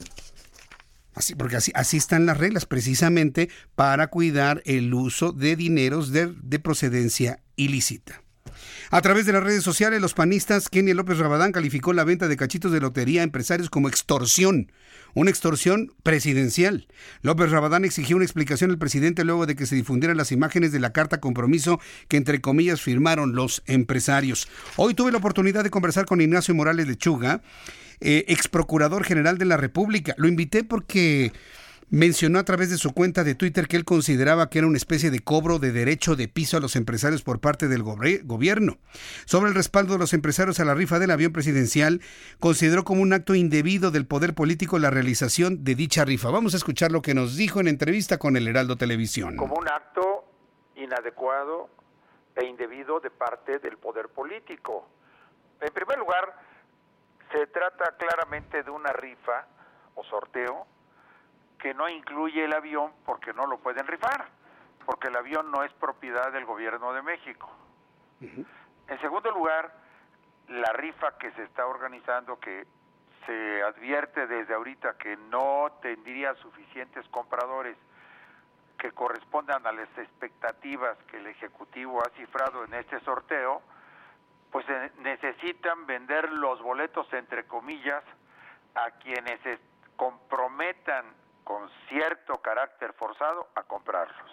Así, porque así, así están las reglas, precisamente para cuidar el uso de dineros de, de procedencia ilícita. A través de las redes sociales, los panistas, Kenia López Rabadán calificó la venta de cachitos de lotería a empresarios como extorsión, una extorsión presidencial. López Rabadán exigió una explicación al presidente luego de que se difundieran las imágenes de la carta compromiso que, entre comillas, firmaron los empresarios. Hoy tuve la oportunidad de conversar con Ignacio Morales Lechuga, Eh, ex procurador general de la República. Lo invité porque mencionó a través de su cuenta de Twitter que él consideraba que era una especie de cobro de derecho de piso a los empresarios por parte del gobe- gobierno. Sobre el respaldo de los empresarios a la rifa del avión presidencial, consideró como un acto indebido del poder político la realización de dicha rifa. Vamos a escuchar lo que nos dijo en entrevista con el Heraldo Televisión. Como un acto inadecuado e indebido de parte del poder político. En primer lugar, se trata claramente de una rifa o sorteo que no incluye el avión porque no lo pueden rifar, porque el avión no es propiedad del gobierno de México. Uh-huh. En segundo lugar, la rifa que se está organizando, que se advierte desde ahorita que no tendría suficientes compradores que correspondan a las expectativas que el Ejecutivo ha cifrado en este sorteo, pues eh, necesitan vender los boletos, entre comillas, a quienes se comprometan con cierto carácter forzado a comprarlos.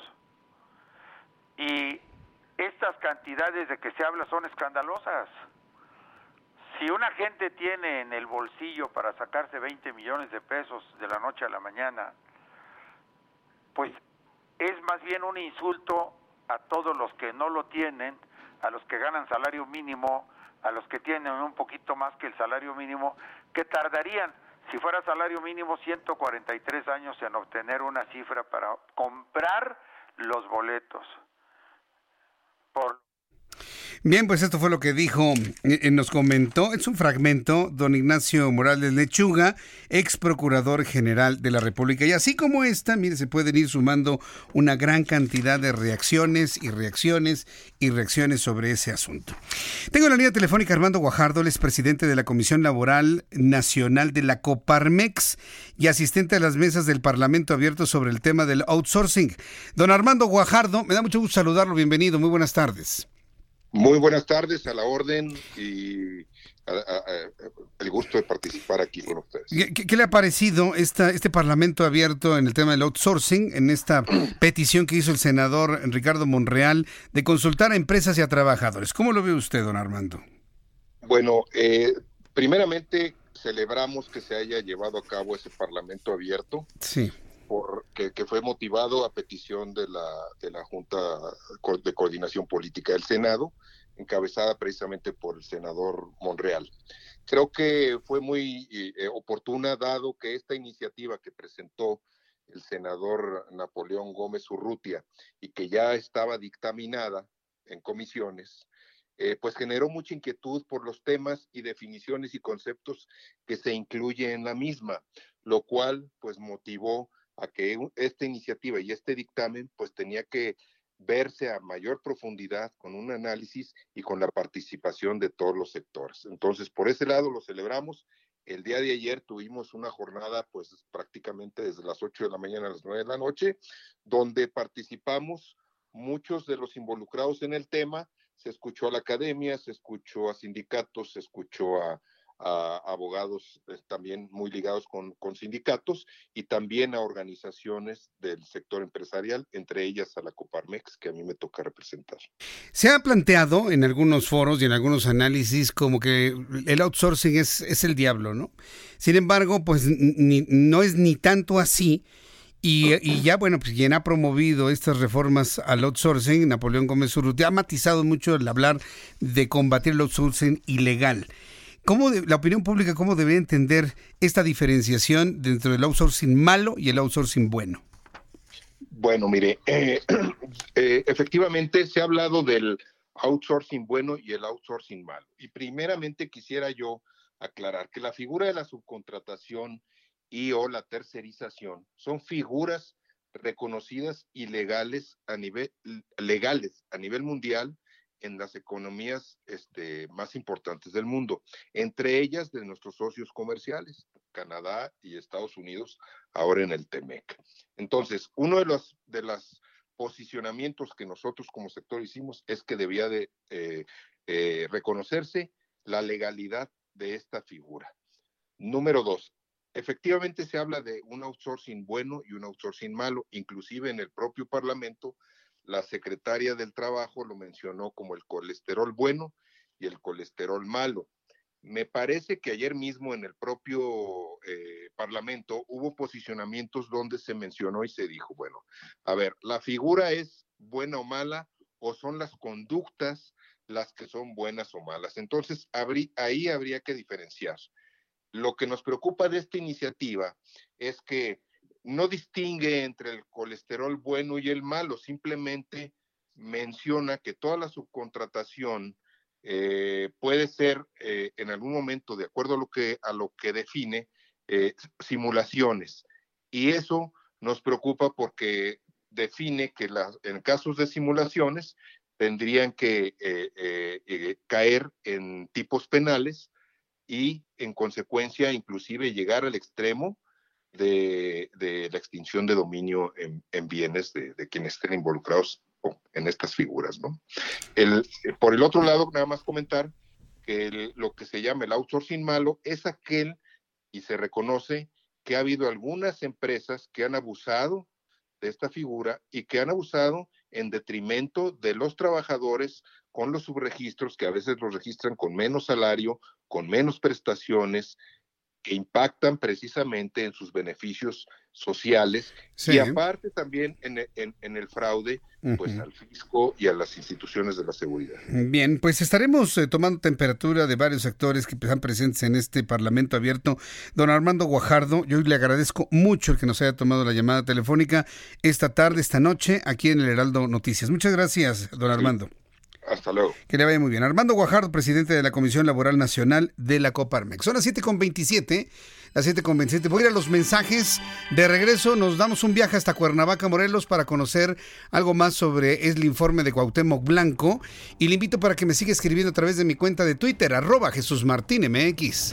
Y estas cantidades de que se habla son escandalosas. Si una gente tiene en el bolsillo para sacarse veinte millones de pesos de la noche a la mañana, pues es más bien un insulto a todos los que no lo tienen, a los que ganan salario mínimo, a los que tienen un poquito más que el salario mínimo, que tardarían, si fuera salario mínimo, ciento cuarenta y tres años en obtener una cifra para comprar los boletos. Por Bien, pues esto fue lo que dijo, eh, nos comentó, es un fragmento, don Ignacio Morales Lechuga, ex procurador general de la República. Y así como esta, mire, se pueden ir sumando una gran cantidad de reacciones y reacciones y reacciones sobre ese asunto. Tengo en la línea telefónica a Armando Guajardo, él es presidente de la Comisión Laboral Nacional de la Coparmex y asistente a las mesas del Parlamento abierto sobre el tema del outsourcing. Don Armando Guajardo, me da mucho gusto saludarlo, bienvenido, muy buenas tardes. Muy buenas tardes, a la orden y a, a, a, el gusto de participar aquí con ustedes. ¿Qué, qué le ha parecido esta, este Parlamento abierto en el tema del outsourcing, en esta petición que hizo el senador Ricardo Monreal de consultar a empresas y a trabajadores? ¿Cómo lo ve usted, don Armando? Bueno, eh, primeramente celebramos que se haya llevado a cabo ese Parlamento abierto. Sí. Por, que, que fue motivado a petición de la, de la Junta de Coordinación Política del Senado, encabezada precisamente por el senador Monreal. Creo que fue muy eh, oportuna, dado que esta iniciativa que presentó el senador Napoleón Gómez Urrutia y que ya estaba dictaminada en comisiones, eh, pues generó mucha inquietud por los temas y definiciones y conceptos que se incluyen en la misma, lo cual pues motivó a que esta iniciativa y este dictamen pues tenía que verse a mayor profundidad con un análisis y con la participación de todos los sectores. Entonces, por ese lado lo celebramos. El día de ayer tuvimos una jornada pues prácticamente desde las ocho de la mañana a las nueve de la noche, donde participamos muchos de los involucrados en el tema. Se escuchó a la academia, se escuchó a sindicatos, se escuchó a a abogados eh, también muy ligados con, con sindicatos y también a organizaciones del sector empresarial, entre ellas a la Coparmex, que a mí me toca representar. Se ha planteado en algunos foros y en algunos análisis como que el outsourcing es, es el diablo, ¿no? Sin embargo, pues ni, no es ni tanto así. Y, y ya, bueno, pues quien ha promovido estas reformas al outsourcing, Napoleón Gómez Urrutia, ha matizado mucho el hablar de combatir el outsourcing ilegal. ¿Cómo de, la opinión pública, cómo debe entender esta diferenciación dentro del outsourcing malo y el outsourcing bueno? Bueno, mire, eh, eh, efectivamente se ha hablado del outsourcing bueno y el outsourcing malo. Y primeramente quisiera yo aclarar que la figura de la subcontratación y o la tercerización son figuras reconocidas y legales a nivel, legales a nivel mundial en las economías este, más importantes del mundo, entre ellas de nuestros socios comerciales, Canadá y Estados Unidos, ahora en el TEMEC. Entonces, uno de los de los posicionamientos que nosotros como sector hicimos es que debía de eh, eh, reconocerse la legalidad de esta figura. Número dos, efectivamente se habla de un outsourcing bueno y un outsourcing malo, inclusive en el propio Parlamento, la secretaria del Trabajo lo mencionó como el colesterol bueno y el colesterol malo. Me parece que ayer mismo en el propio eh, Parlamento hubo posicionamientos donde se mencionó y se dijo, bueno, a ver, ¿la figura es buena o mala o son las conductas las que son buenas o malas? Entonces, habrí, ahí habría que diferenciar. Lo que nos preocupa de esta iniciativa es que no distingue entre el colesterol bueno y el malo, simplemente menciona que toda la subcontratación eh, puede ser eh, en algún momento, de acuerdo a lo que, a lo que define, eh, simulaciones. Y eso nos preocupa porque define que las, en casos de simulaciones tendrían que eh, eh, eh, caer en tipos penales y en consecuencia inclusive llegar al extremo de, de la extinción de dominio en, en bienes de, de quienes estén involucrados en estas figuras, ¿no? El, por el otro lado, nada más comentar que el, lo que se llama el outsourcing malo es aquel, y se reconoce que ha habido algunas empresas que han abusado de esta figura y que han abusado en detrimento de los trabajadores con los subregistros, que a veces los registran con menos salario, con menos prestaciones, que impactan precisamente en sus beneficios sociales, sí. Y aparte también en, en, en el fraude, pues uh-huh. al fisco y a las instituciones de la seguridad. Bien, pues estaremos eh, tomando temperatura de varios actores que están presentes en este Parlamento abierto. Don Armando Guajardo, yo le agradezco mucho el que nos haya tomado la llamada telefónica esta tarde, esta noche, aquí en el Heraldo Noticias. Muchas gracias, don Armando. Sí. Hasta luego. Que le vaya muy bien. Armando Guajardo, presidente de la Comisión Laboral Nacional de la Coparmex. Son las siete con veintisiete, las siete con veintisiete. Voy a ir a los mensajes. De regreso nos damos un viaje hasta Cuernavaca, Morelos, para conocer algo más sobre el informe de Cuauhtémoc Blanco. Y le invito para que me siga escribiendo a través de mi cuenta de Twitter, arroba Jesús Martín M X.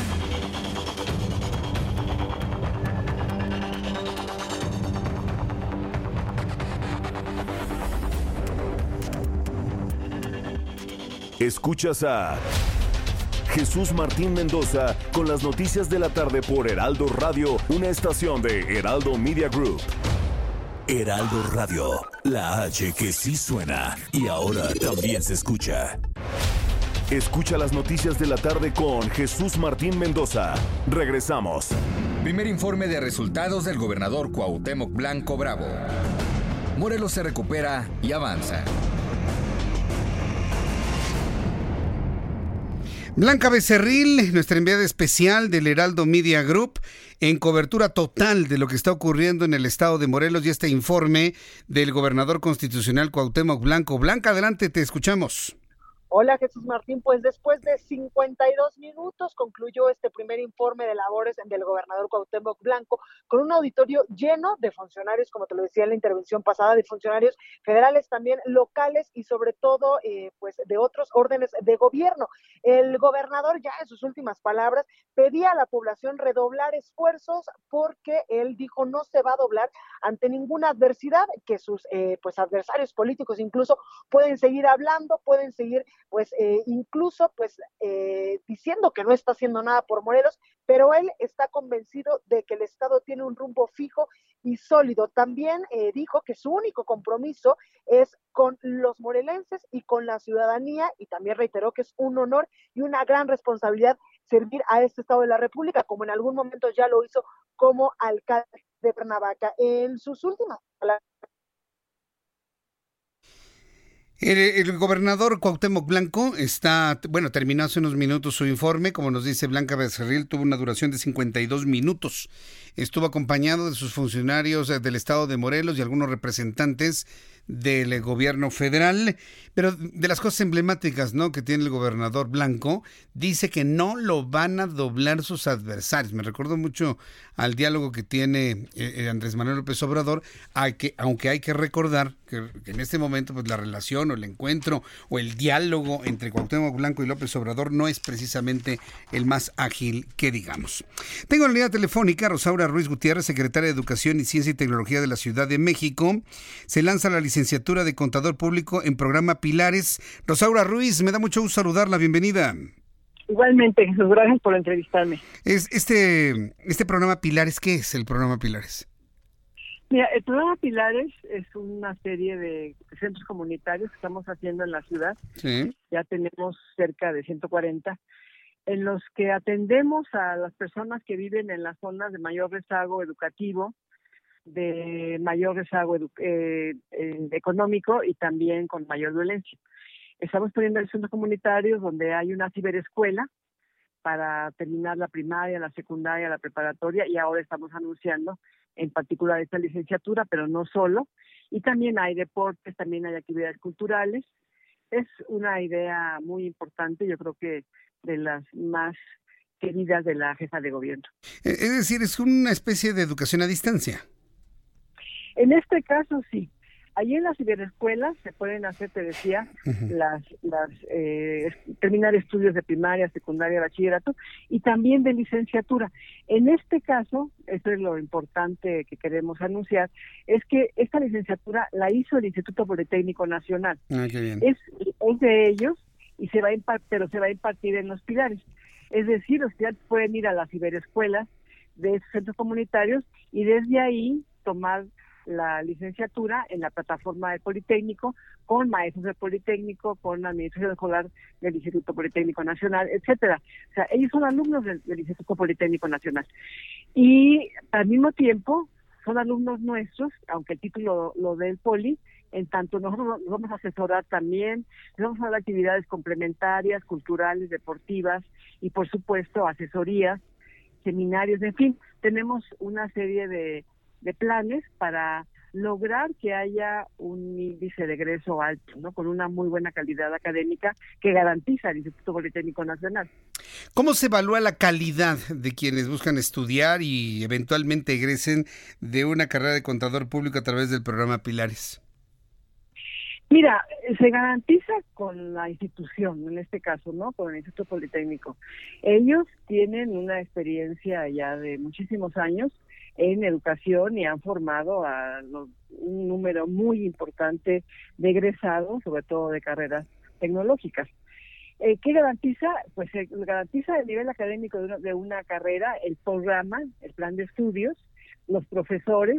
Escuchas a Jesús Martín Mendoza con las noticias de la tarde por Heraldo Radio, una estación de Heraldo Media Group. Heraldo Radio, la H que sí suena y ahora también se escucha. Escucha las noticias de la tarde con Jesús Martín Mendoza. Regresamos. Primer informe de resultados del gobernador Cuauhtémoc Blanco Bravo. Morelos se recupera y avanza. Blanca Becerril, nuestra enviada especial del Heraldo Media Group, en cobertura total de lo que está ocurriendo en el estado de Morelos y este informe del gobernador constitucional Cuauhtémoc Blanco. Blanca, adelante, te escuchamos. Hola Jesús Martín, pues después de cincuenta y dos minutos concluyó este primer informe de labores del gobernador Cuauhtémoc Blanco con un auditorio lleno de funcionarios, como te lo decía en la intervención pasada, de funcionarios federales, también locales y sobre todo eh, pues de otros órdenes de gobierno. El gobernador ya en sus últimas palabras pedía a la población redoblar esfuerzos porque él dijo no se va a doblar ante ninguna adversidad, que sus eh, pues adversarios políticos incluso pueden seguir hablando, pueden seguir pues eh, incluso pues eh, diciendo que no está haciendo nada por Morelos, pero él está convencido de que el Estado tiene un rumbo fijo y sólido. También eh, dijo que su único compromiso es con los morelenses y con la ciudadanía, y también reiteró que es un honor y una gran responsabilidad servir a este Estado de la República, como en algún momento ya lo hizo como alcalde de Cuernavaca. En sus últimas palabras, El, el gobernador Cuauhtémoc Blanco está, bueno, terminó hace unos minutos su informe, como nos dice Blanca Becerril, tuvo una duración de cincuenta y dos minutos. Estuvo acompañado de sus funcionarios del estado de Morelos y algunos representantes del gobierno federal, pero de las cosas emblemáticas, ¿no?, que tiene el gobernador Blanco, dice que no lo van a doblar sus adversarios. Me recuerdo mucho al diálogo que tiene eh, Andrés Manuel López Obrador, hay que, aunque hay que recordar que, que en este momento pues la relación o el encuentro o el diálogo entre Cuauhtémoc Blanco y López Obrador no es precisamente el más ágil que digamos. Tengo en la línea telefónica a Rosaura Ruiz Gutiérrez, secretaria de Educación y Ciencia y Tecnología de la Ciudad de México. Se lanza la licenciatura de Contador Público en programa Pilares. Rosaura Ruiz, me da mucho gusto saludarla, bienvenida. Igualmente, Jesús, gracias por entrevistarme. Es, este, este programa Pilares, ¿qué es el programa Pilares? Mira, el programa Pilares es una serie de centros comunitarios que estamos haciendo en la ciudad. Sí. Ya tenemos cerca de ciento cuarenta en los que atendemos a las personas que viven en las zonas de mayor rezago educativo, de mayor rezago edu- eh, eh, económico y también con mayor violencia. Estamos poniendo en centros comunitarios donde hay una ciberescuela para terminar la primaria, la secundaria, la preparatoria, y ahora estamos anunciando en particular esta licenciatura, pero no solo. Y también hay deportes, también hay actividades culturales. Es una idea muy importante, yo creo que de las más queridas de la jefa de gobierno. Es decir, es una especie de educación a distancia. En este caso, sí. Allí en las ciberescuelas se pueden hacer, te decía, uh-huh. las, las eh, terminar estudios de primaria, secundaria, bachillerato y también de licenciatura. En este caso, esto es lo importante que queremos anunciar, es que esta licenciatura la hizo el Instituto Politécnico Nacional. Ah, qué bien. Es, es de ellos, y se va a impart- pero se va a impartir en los pilares. Es decir, los estudiantes pueden ir a las ciberescuelas de esos centros comunitarios y desde ahí tomar la licenciatura en la plataforma del Politécnico, con maestros del Politécnico, con la administración escolar del Instituto Politécnico Nacional, etcétera. O sea, ellos son alumnos del, del Instituto Politécnico Nacional. Y al mismo tiempo son alumnos nuestros, aunque el título lo dé el Poli, en tanto nosotros nos vamos a asesorar también, nos vamos a dar actividades complementarias, culturales, deportivas y por supuesto asesorías, seminarios, en fin, tenemos una serie de de planes para lograr que haya un índice de egreso alto, ¿no? Con una muy buena calidad académica que garantiza el Instituto Politécnico Nacional. ¿Cómo se evalúa la calidad de quienes buscan estudiar y eventualmente egresen de una carrera de contador público a través del programa Pilares? Mira, se garantiza con la institución, en este caso, ¿no? Con el Instituto Politécnico. Ellos tienen una experiencia ya de muchísimos años en educación y han formado a los, un número muy importante de egresados, sobre todo de carreras tecnológicas. Eh, ¿Qué garantiza? Pues eh, garantiza el nivel académico de una, de una carrera, el programa, el plan de estudios, los profesores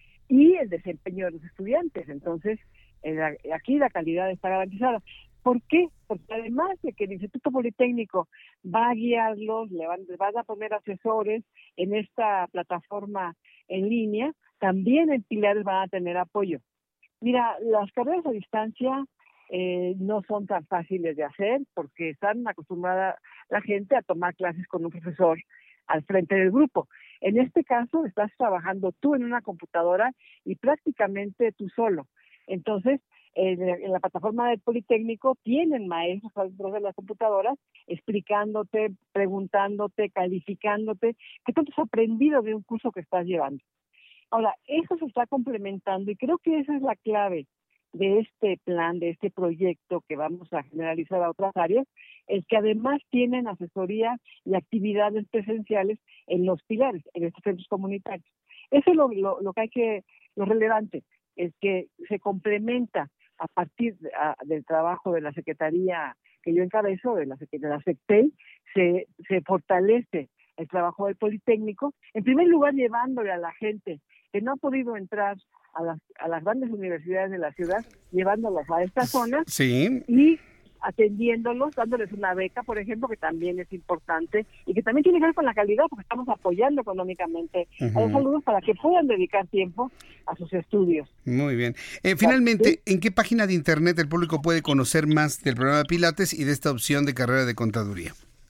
y el desempeño de los estudiantes. Entonces, eh, aquí la calidad está garantizada. ¿Por qué? Porque además de que el Instituto Politécnico va a guiarlos, le van, le van a poner asesores en esta plataforma en línea, también en Pilares van a tener apoyo. Mira, las carreras a distancia eh, no son tan fáciles de hacer porque están acostumbrada la gente a tomar clases con un profesor al frente del grupo. En este caso, estás trabajando tú en una computadora y prácticamente tú solo. Entonces, En, en la plataforma del Politécnico tienen maestros dentro de las computadoras explicándote, preguntándote, calificándote qué tanto has aprendido de un curso que estás llevando. Ahora, eso se está complementando y creo que esa es la clave de este plan, de este proyecto que vamos a generalizar a otras áreas, es que además tienen asesoría y actividades presenciales en los pilares, en estos centros comunitarios. Eso es lo, lo, lo que hay que, lo relevante, es que se complementa a partir de, a, del trabajo de la Secretaría que yo encabezo, de la, de la SECTEI, se, se fortalece el trabajo del Politécnico, en primer lugar llevándole a la gente que no ha podido entrar a las, a las grandes universidades de la ciudad, llevándolos a esta zona sí. y atendiéndolos, dándoles una beca, por ejemplo, que también es importante y que también tiene que ver con la calidad, porque estamos apoyando económicamente uh-huh. a los alumnos para que puedan dedicar tiempo a sus estudios. Muy bien. Eh, finalmente, ¿en qué página de internet el público puede conocer más del programa Pilates y de esta opción de carrera de contaduría?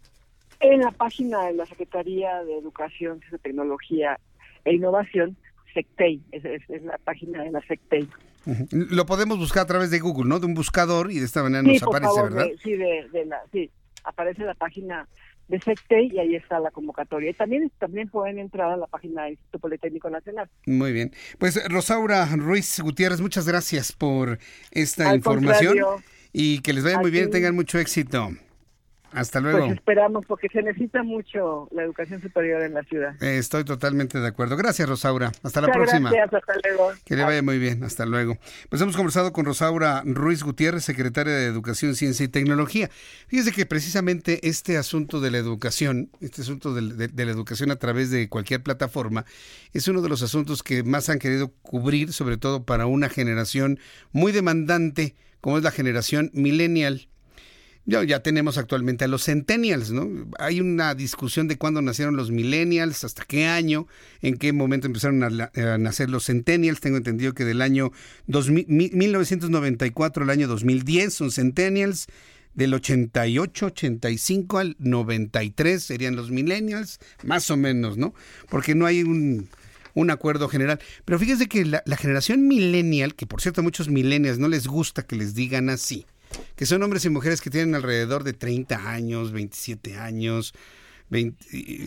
En la página de la Secretaría de Educación, Tecnología e Innovación, SECTEI, es, es, es la página de la SECTEI. Uh-huh. Lo podemos buscar a través de Google, ¿no? De un buscador y de esta manera sí, nos aparece, favor, ¿verdad? De, sí, de, de la, sí, aparece la página de SECTEI y ahí está la convocatoria. Y también, también pueden entrar a la página del Instituto Politécnico Nacional. Muy bien. Pues Rosaura Ruiz Gutiérrez, muchas gracias por esta Al información contrario, y que les vaya muy aquí, bien, tengan mucho éxito. Hasta luego. Pues esperamos, porque se necesita mucho la educación superior en la ciudad. Eh, estoy totalmente de acuerdo. Gracias, Rosaura. Hasta la Muchas próxima. Gracias, hasta luego. Que le vaya muy bien. Hasta luego. Pues hemos conversado con Rosaura Ruiz Gutiérrez, secretaria de Educación, Ciencia y Tecnología. Fíjese que precisamente este asunto de la educación, este asunto de, de, de la educación a través de cualquier plataforma, es uno de los asuntos que más han querido cubrir, sobre todo para una generación muy demandante, como es la generación millennial. Ya, ya tenemos actualmente a los centennials, ¿no? Hay una discusión de cuándo nacieron los millennials, hasta qué año, en qué momento empezaron a, a nacer los centennials. Tengo entendido que del año dos mil, mil novecientos noventa y cuatro al año dos mil diez son centennials, del ochenta y ocho, ochenta y cinco al noventa y tres serían los millennials, más o menos, ¿no? Porque no hay un... un acuerdo general. Pero fíjense que la, la generación millennial, que por cierto a muchos millennials no les gusta que les digan así, que son hombres y mujeres que tienen alrededor de treinta años, veintisiete años, veinte, y,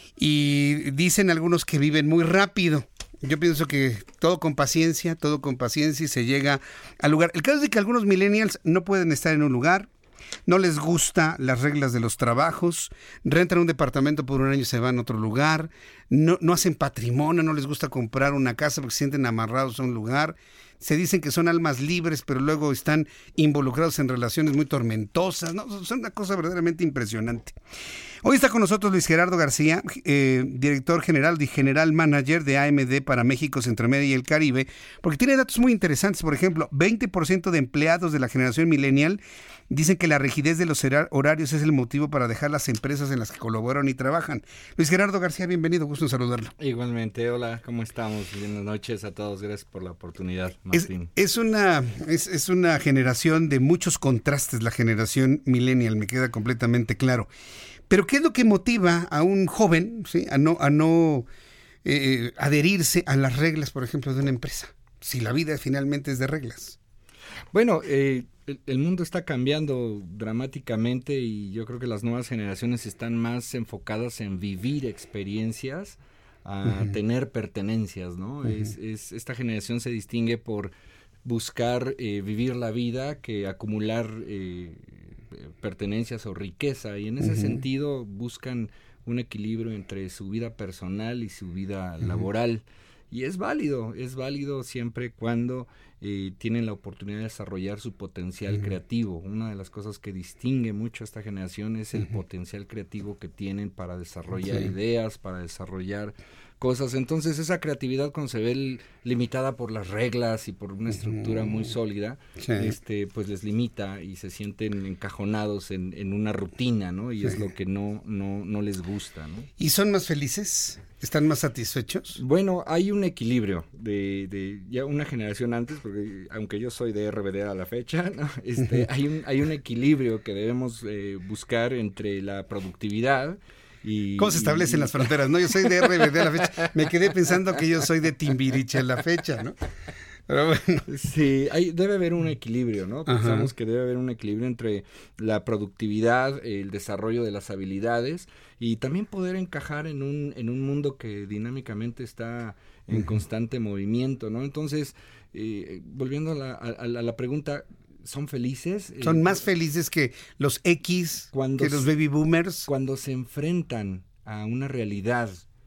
y dicen algunos que viven muy rápido. Yo pienso que todo con paciencia, todo con paciencia y se llega al lugar. El caso es de que algunos millennials no pueden estar en un lugar, no les gusta las reglas de los trabajos, rentan un departamento por un año y se van a otro lugar, no, no hacen patrimonio, no les gusta comprar una casa porque se sienten amarrados a un lugar, se dicen que son almas libres, pero luego están involucrados en relaciones muy tormentosas, ¿no? Son una cosa verdaderamente impresionante. Hoy está con nosotros Luis Gerardo García, eh, director general y general manager de A M D para México, Centroamérica y el Caribe, porque tiene datos muy interesantes. Por ejemplo, veinte por ciento de empleados de la generación millennial dicen que la rigidez de los horarios es el motivo para dejar las empresas en las que colaboran y trabajan. Luis Gerardo García, bienvenido, gusto en saludarlo. Igualmente, hola, ¿cómo estamos? Buenas noches a todos, gracias por la oportunidad, Es, Martín. es, una, es, es una generación de muchos contrastes, la generación millennial, me queda completamente claro. Pero ¿qué es lo que motiva a un joven, ¿sí? a no, a no eh, adherirse a las reglas, por ejemplo, de una empresa? Si la vida finalmente es de reglas. Bueno, eh, el, el mundo está cambiando dramáticamente y yo creo que las nuevas generaciones están más enfocadas en vivir experiencias, a uh-huh. tener pertenencias, ¿no? Uh-huh. Es, es, esta generación se distingue por buscar eh, vivir la vida que acumular eh, pertenencias o riqueza, y en ese uh-huh. sentido buscan un equilibrio entre su vida personal y su vida uh-huh. laboral. Y es válido, es válido siempre cuando eh, tienen la oportunidad de desarrollar su potencial uh-huh. creativo. Una de las cosas que distingue mucho a esta generación es el uh-huh. potencial creativo que tienen para desarrollar sí. ideas, para desarrollar cosas. Entonces esa creatividad, cuando se ve limitada por las reglas y por una estructura muy sólida, sí. este pues les limita y se sienten encajonados en, en una rutina, ¿no? Y sí. es lo que no, no, no les gusta, ¿no? ¿Y son más felices? ¿Están más satisfechos? Bueno, hay un equilibrio de, de ya una generación antes, porque aunque yo soy de R B D a la fecha, ¿no? este, hay, un, hay un equilibrio que debemos eh, buscar entre la productividad y... ¿Cómo se establecen y... las fronteras? No, yo soy de R B D a la fecha. Me quedé pensando que yo soy de Timbiriche a la fecha, ¿no? Pero bueno. Sí, hay, debe haber un equilibrio, ¿no? Pensamos Ajá. que debe haber un equilibrio entre la productividad, el desarrollo de las habilidades y también poder encajar en un, en un mundo que dinámicamente está en uh-huh. constante movimiento, ¿no? Entonces, eh, volviendo a la, a, a la pregunta, ¿son felices? ¿Son eh, más felices que los X, que los baby boomers? Cuando se enfrentan a una realidad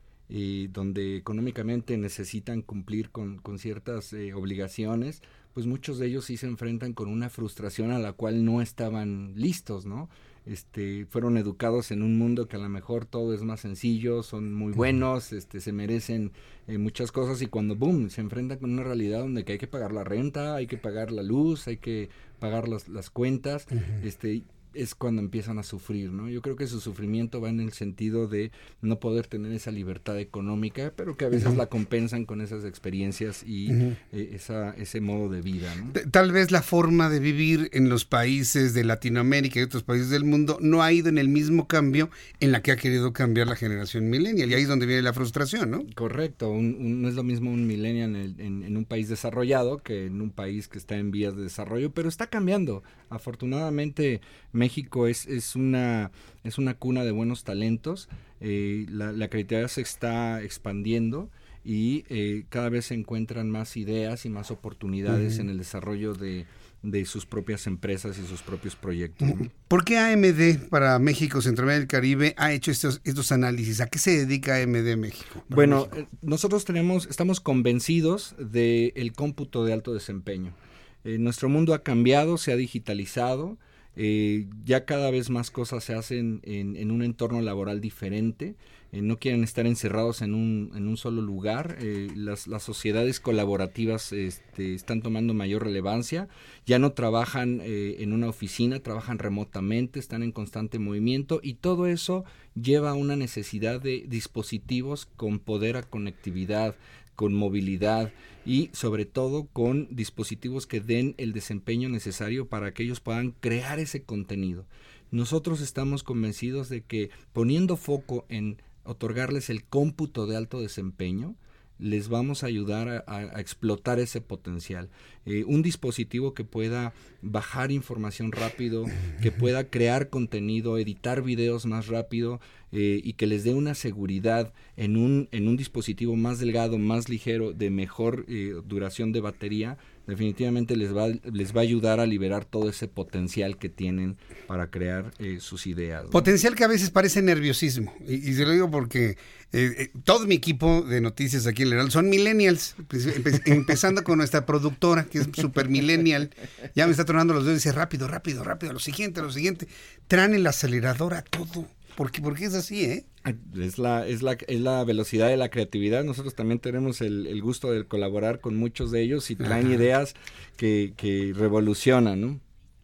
Eh, donde económicamente necesitan cumplir con, con ciertas eh, obligaciones, pues muchos de ellos sí se enfrentan con una frustración a la cual no estaban listos, ¿no? Este, fueron educados en un mundo que a lo mejor todo es más sencillo, son muy buenos, este, se merecen eh, muchas cosas, y cuando boom, se enfrentan con una realidad donde que hay que pagar la renta, hay que pagar la luz, hay que pagar las, las cuentas, uh-huh. este es cuando empiezan a sufrir, ¿no? Yo creo que su sufrimiento va en el sentido de no poder tener esa libertad económica, pero que a veces uh-huh. la compensan con esas experiencias y uh-huh. eh, esa, ese modo de vida, ¿no? Tal vez la forma de vivir en los países de Latinoamérica y otros países del mundo no ha ido en el mismo cambio en la que ha querido cambiar la generación millennial, y ahí es donde viene la frustración, ¿no? Correcto, un, un, no es lo mismo un millennial en, el, en, en un país desarrollado que en un país que está en vías de desarrollo, pero está cambiando. Afortunadamente, México es, es, una, es una cuna de buenos talentos, eh, la, la creatividad se está expandiendo y eh, cada vez se encuentran más ideas y más oportunidades uh-huh. en el desarrollo de, de sus propias empresas y sus propios proyectos, ¿no? ¿Por qué A M D para México, Centroamérica y el Caribe ha hecho estos, estos análisis? ¿A qué se dedica A M D México? Bueno, México? nosotros tenemos, estamos convencidos del cómputo de alto desempeño. Eh, nuestro mundo ha cambiado, se ha digitalizado, Eh, ya cada vez más cosas se hacen en, en un entorno laboral diferente. Eh, no quieren estar encerrados en un, en un solo lugar. Eh, las, las sociedades colaborativas este, están tomando mayor relevancia. Ya no trabajan eh, en una oficina, trabajan remotamente, están en constante movimiento, y todo eso lleva a una necesidad de dispositivos con poder a conectividad, con movilidad y sobre todo con dispositivos que den el desempeño necesario para que ellos puedan crear ese contenido. Nosotros estamos convencidos de que poniendo foco en otorgarles el cómputo de alto desempeño, les vamos a ayudar a, a, a explotar ese potencial. Eh, un dispositivo que pueda bajar información rápido, que pueda crear contenido, editar videos más rápido eh, y que les dé una seguridad en un, en un dispositivo más delgado, más ligero, de mejor eh, duración de batería, definitivamente les va, les va a ayudar a liberar todo ese potencial que tienen para crear eh, sus ideas, ¿no? Potencial que a veces parece nerviosismo, y, y se lo digo porque eh, eh, todo mi equipo de noticias aquí en el Heraldo son millennials, empe- empezando con nuestra productora, que es super millennial, ya me está tronando los dedos y dice rápido, rápido, rápido, lo siguiente, lo siguiente, traen el acelerador a todo. ¿Por qué? Porque es así, ¿eh? Es la, es la, es la velocidad de la creatividad. Nosotros también tenemos el, el gusto de colaborar con muchos de ellos y traen Ajá. ideas que, que revolucionan, ¿no?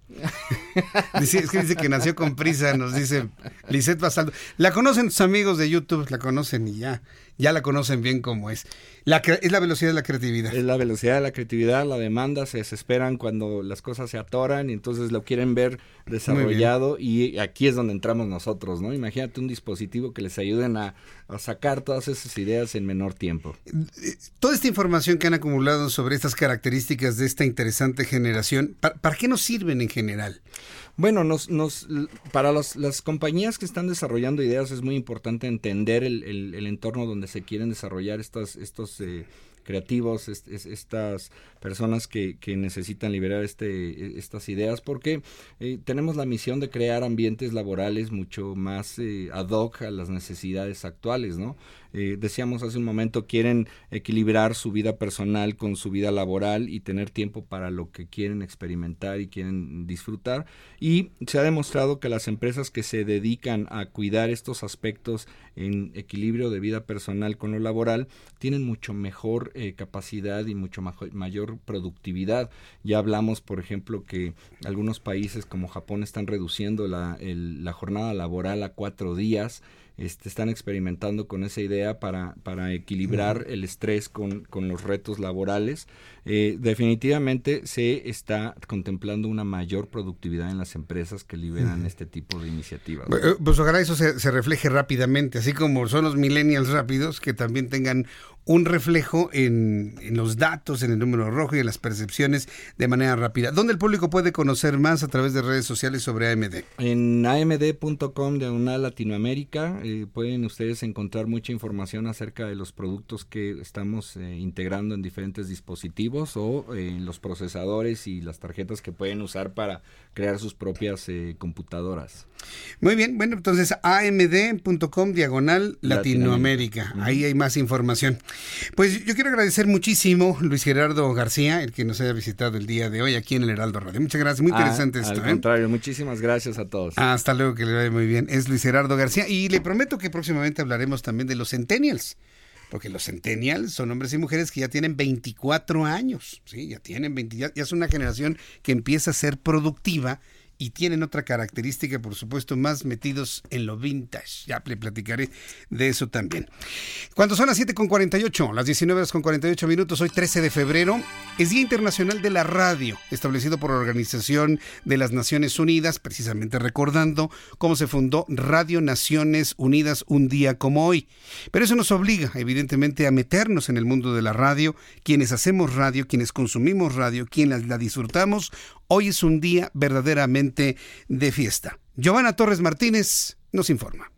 Dice, es que dice que nació con prisa, nos dice Lisette Basaldo. La conocen tus amigos de YouTube, la conocen y ya, ya la conocen bien como es. La, es la velocidad de la creatividad. Es la velocidad de la creatividad, la demanda, se desesperan cuando las cosas se atoran y entonces lo quieren ver desarrollado, y aquí es donde entramos nosotros, ¿no? Imagínate un dispositivo que les ayuden a, a sacar todas esas ideas en menor tiempo. Toda esta información que han acumulado sobre estas características de esta interesante generación, ¿para, para qué nos sirven en general? Bueno, nos, nos, para los, las compañías que están desarrollando ideas es muy importante entender el, el, el entorno donde se quieren desarrollar estas, estos eh, creativos, est, est, estas personas que, que necesitan liberar este, estas ideas, porque eh, tenemos la misión de crear ambientes laborales mucho más eh, ad hoc a las necesidades actuales, ¿no? Eh, decíamos hace un momento, quieren equilibrar su vida personal con su vida laboral y tener tiempo para lo que quieren experimentar y quieren disfrutar, y se ha demostrado que las empresas que se dedican a cuidar estos aspectos en equilibrio de vida personal con lo laboral tienen mucho mejor eh, capacidad y mucho majo- mayor productividad. Ya hablamos, por ejemplo, que algunos países como Japón están reduciendo la, el, la jornada laboral a cuatro días. Este, están experimentando con esa idea para, para equilibrar el estrés con, con los retos laborales. Eh, definitivamente se está contemplando una mayor productividad en las empresas que liberan uh-huh. este tipo de iniciativas, ¿no? Pues ojalá eso se, se refleje rápidamente, así como son los millennials rápidos, que también tengan un reflejo en, en los datos, en el número rojo y en las percepciones de manera rápida. ¿Dónde el público puede conocer más a través de redes sociales sobre A M D? En a m d punto com diagonal Latinoamérica eh, pueden ustedes encontrar mucha información acerca de los productos que estamos eh, integrando en diferentes dispositivos o eh, en los procesadores y las tarjetas que pueden usar para crear sus propias eh, computadoras. Muy bien, bueno, entonces a m d punto com diagonal Latinoamérica. Latinoamérica. Ahí hay más información. Pues yo quiero agradecer muchísimo Luis Gerardo García, el que nos haya visitado el día de hoy aquí en el Heraldo Radio. Muchas gracias, muy interesante ah, esto. Al ¿eh? contrario, muchísimas gracias a todos. Hasta luego, que le vaya muy bien. Es Luis Gerardo García y le prometo que próximamente hablaremos también de los centennials, porque los centennials son hombres y mujeres que ya tienen veinticuatro años, ¿sí? Ya tienen veinte, ya, ya es una generación que empieza a ser productiva y tienen otra característica, por supuesto, más metidos en lo vintage. Ya le platicaré de eso también. Cuando son las siete con cuarenta y ocho, las diecinueve horas con cuarenta y ocho minutos, hoy trece de febrero, es Día Internacional de la Radio, establecido por la Organización de las Naciones Unidas, precisamente recordando cómo se fundó Radio Naciones Unidas un día como hoy. Pero eso nos obliga, evidentemente, a meternos en el mundo de la radio, quienes hacemos radio, quienes consumimos radio, quienes la disfrutamos. Hoy es un día verdaderamente de fiesta. Giovanna Torres Martínez nos informa.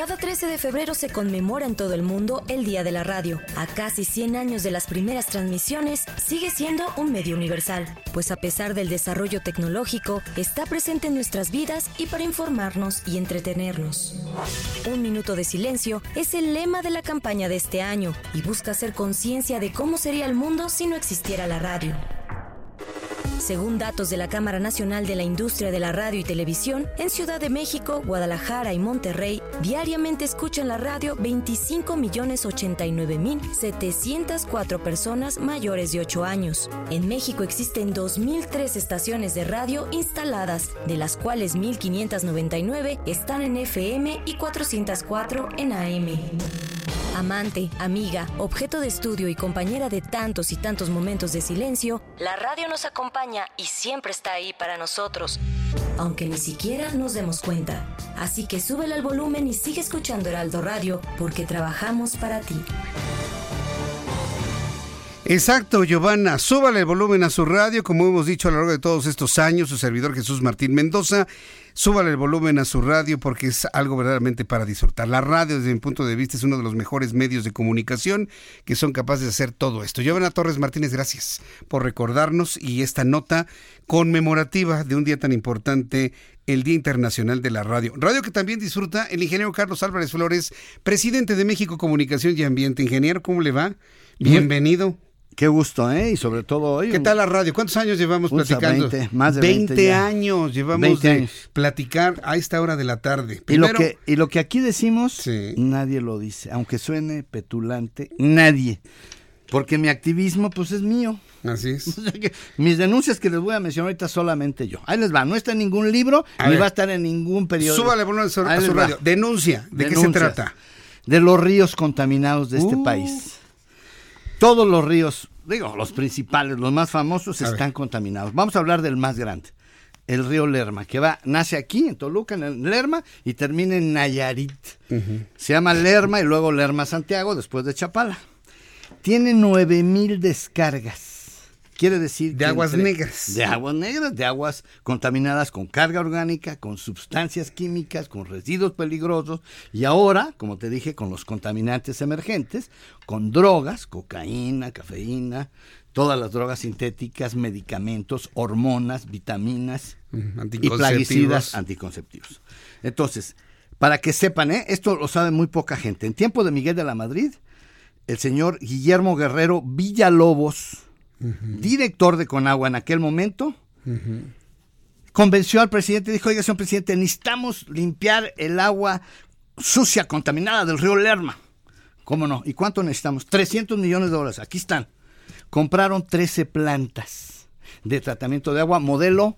Cada trece de febrero se conmemora en todo el mundo el Día de la Radio. A casi cien años de las primeras transmisiones, sigue siendo un medio universal, pues a pesar del desarrollo tecnológico, está presente en nuestras vidas y para informarnos y entretenernos. Un minuto de silencio es el lema de la campaña de este año y busca hacer conciencia de cómo sería el mundo si no existiera la radio. Según datos de la Cámara Nacional de la Industria de la Radio y Televisión, en Ciudad de México, Guadalajara y Monterrey, diariamente escuchan la radio veinticinco millones ochenta y nueve mil setecientas cuatro personas mayores de ocho años. En México existen dos mil tres estaciones de radio instaladas, de las cuales mil quinientas noventa y nueve están en F M y cuatrocientos cuatro en A M. Amante, amiga, objeto de estudio y compañera de tantos y tantos momentos de silencio, la radio nos acompaña y siempre está ahí para nosotros, aunque ni siquiera nos demos cuenta. Así que súbele al volumen y sigue escuchando Heraldo Radio, porque trabajamos para ti. Exacto, Giovanna, súbale el volumen a su radio, como hemos dicho a lo largo de todos estos años, su servidor Jesús Martín Mendoza, súbale el volumen a su radio porque es algo verdaderamente para disfrutar. La radio, desde mi punto de vista, es uno de los mejores medios de comunicación que son capaces de hacer todo esto. Giovanna Torres Martínez, gracias por recordarnos y esta nota conmemorativa de un día tan importante, el Día Internacional de la Radio. Radio que también disfruta el ingeniero Carlos Álvarez Flores, presidente de México Comunicación y Ambiente. Ingeniero, ¿cómo le va? Bienvenido. Qué gusto, ¿eh? Y sobre todo hoy... ¿Qué tal la radio? ¿Cuántos años llevamos platicando? veinte, más de veinte, veinte años llevamos veinte de años. platicar a esta hora de la tarde. Primero, y, lo que, y lo que aquí decimos, sí. Nadie lo dice. Aunque suene petulante, nadie. Porque mi activismo, pues, es mío. Así es. O sea que mis denuncias que les voy a mencionar ahorita solamente yo. Ahí les va. No está en ningún libro, a ni ver. va a estar en ningún periódico. Súbale bueno, a su, a su radio. Denuncia. ¿De Denuncias. qué se trata? De los ríos contaminados de este uh. país. Todos los ríos, digo, los principales, los más famosos a están ver. contaminados. Vamos a hablar del más grande, el río Lerma, que va, nace aquí en Toluca, en el Lerma, y termina en Nayarit. Uh-huh. Se llama Lerma y luego Lerma Santiago, después de Chapala. Tiene nueve mil descargas. Quiere decir... De aguas entre, negras. De aguas negras, de aguas contaminadas con carga orgánica, con sustancias químicas, con residuos peligrosos. Y ahora, como te dije, con los contaminantes emergentes, con drogas, cocaína, cafeína, todas las drogas sintéticas, medicamentos, hormonas, vitaminas y plaguicidas anticonceptivos. Entonces, para que sepan, ¿eh? Esto lo sabe muy poca gente. En tiempo de Miguel de la Madrid, el señor Guillermo Guerrero Villalobos, Uh-huh. director de Conagua en aquel momento, uh-huh. convenció al presidente y dijo, oiga, señor presidente, necesitamos limpiar el agua sucia, contaminada del río Lerma. ¿Cómo no? ¿Y cuánto necesitamos? trescientos millones de dólares. Aquí están. Compraron trece plantas de tratamiento de agua, modelo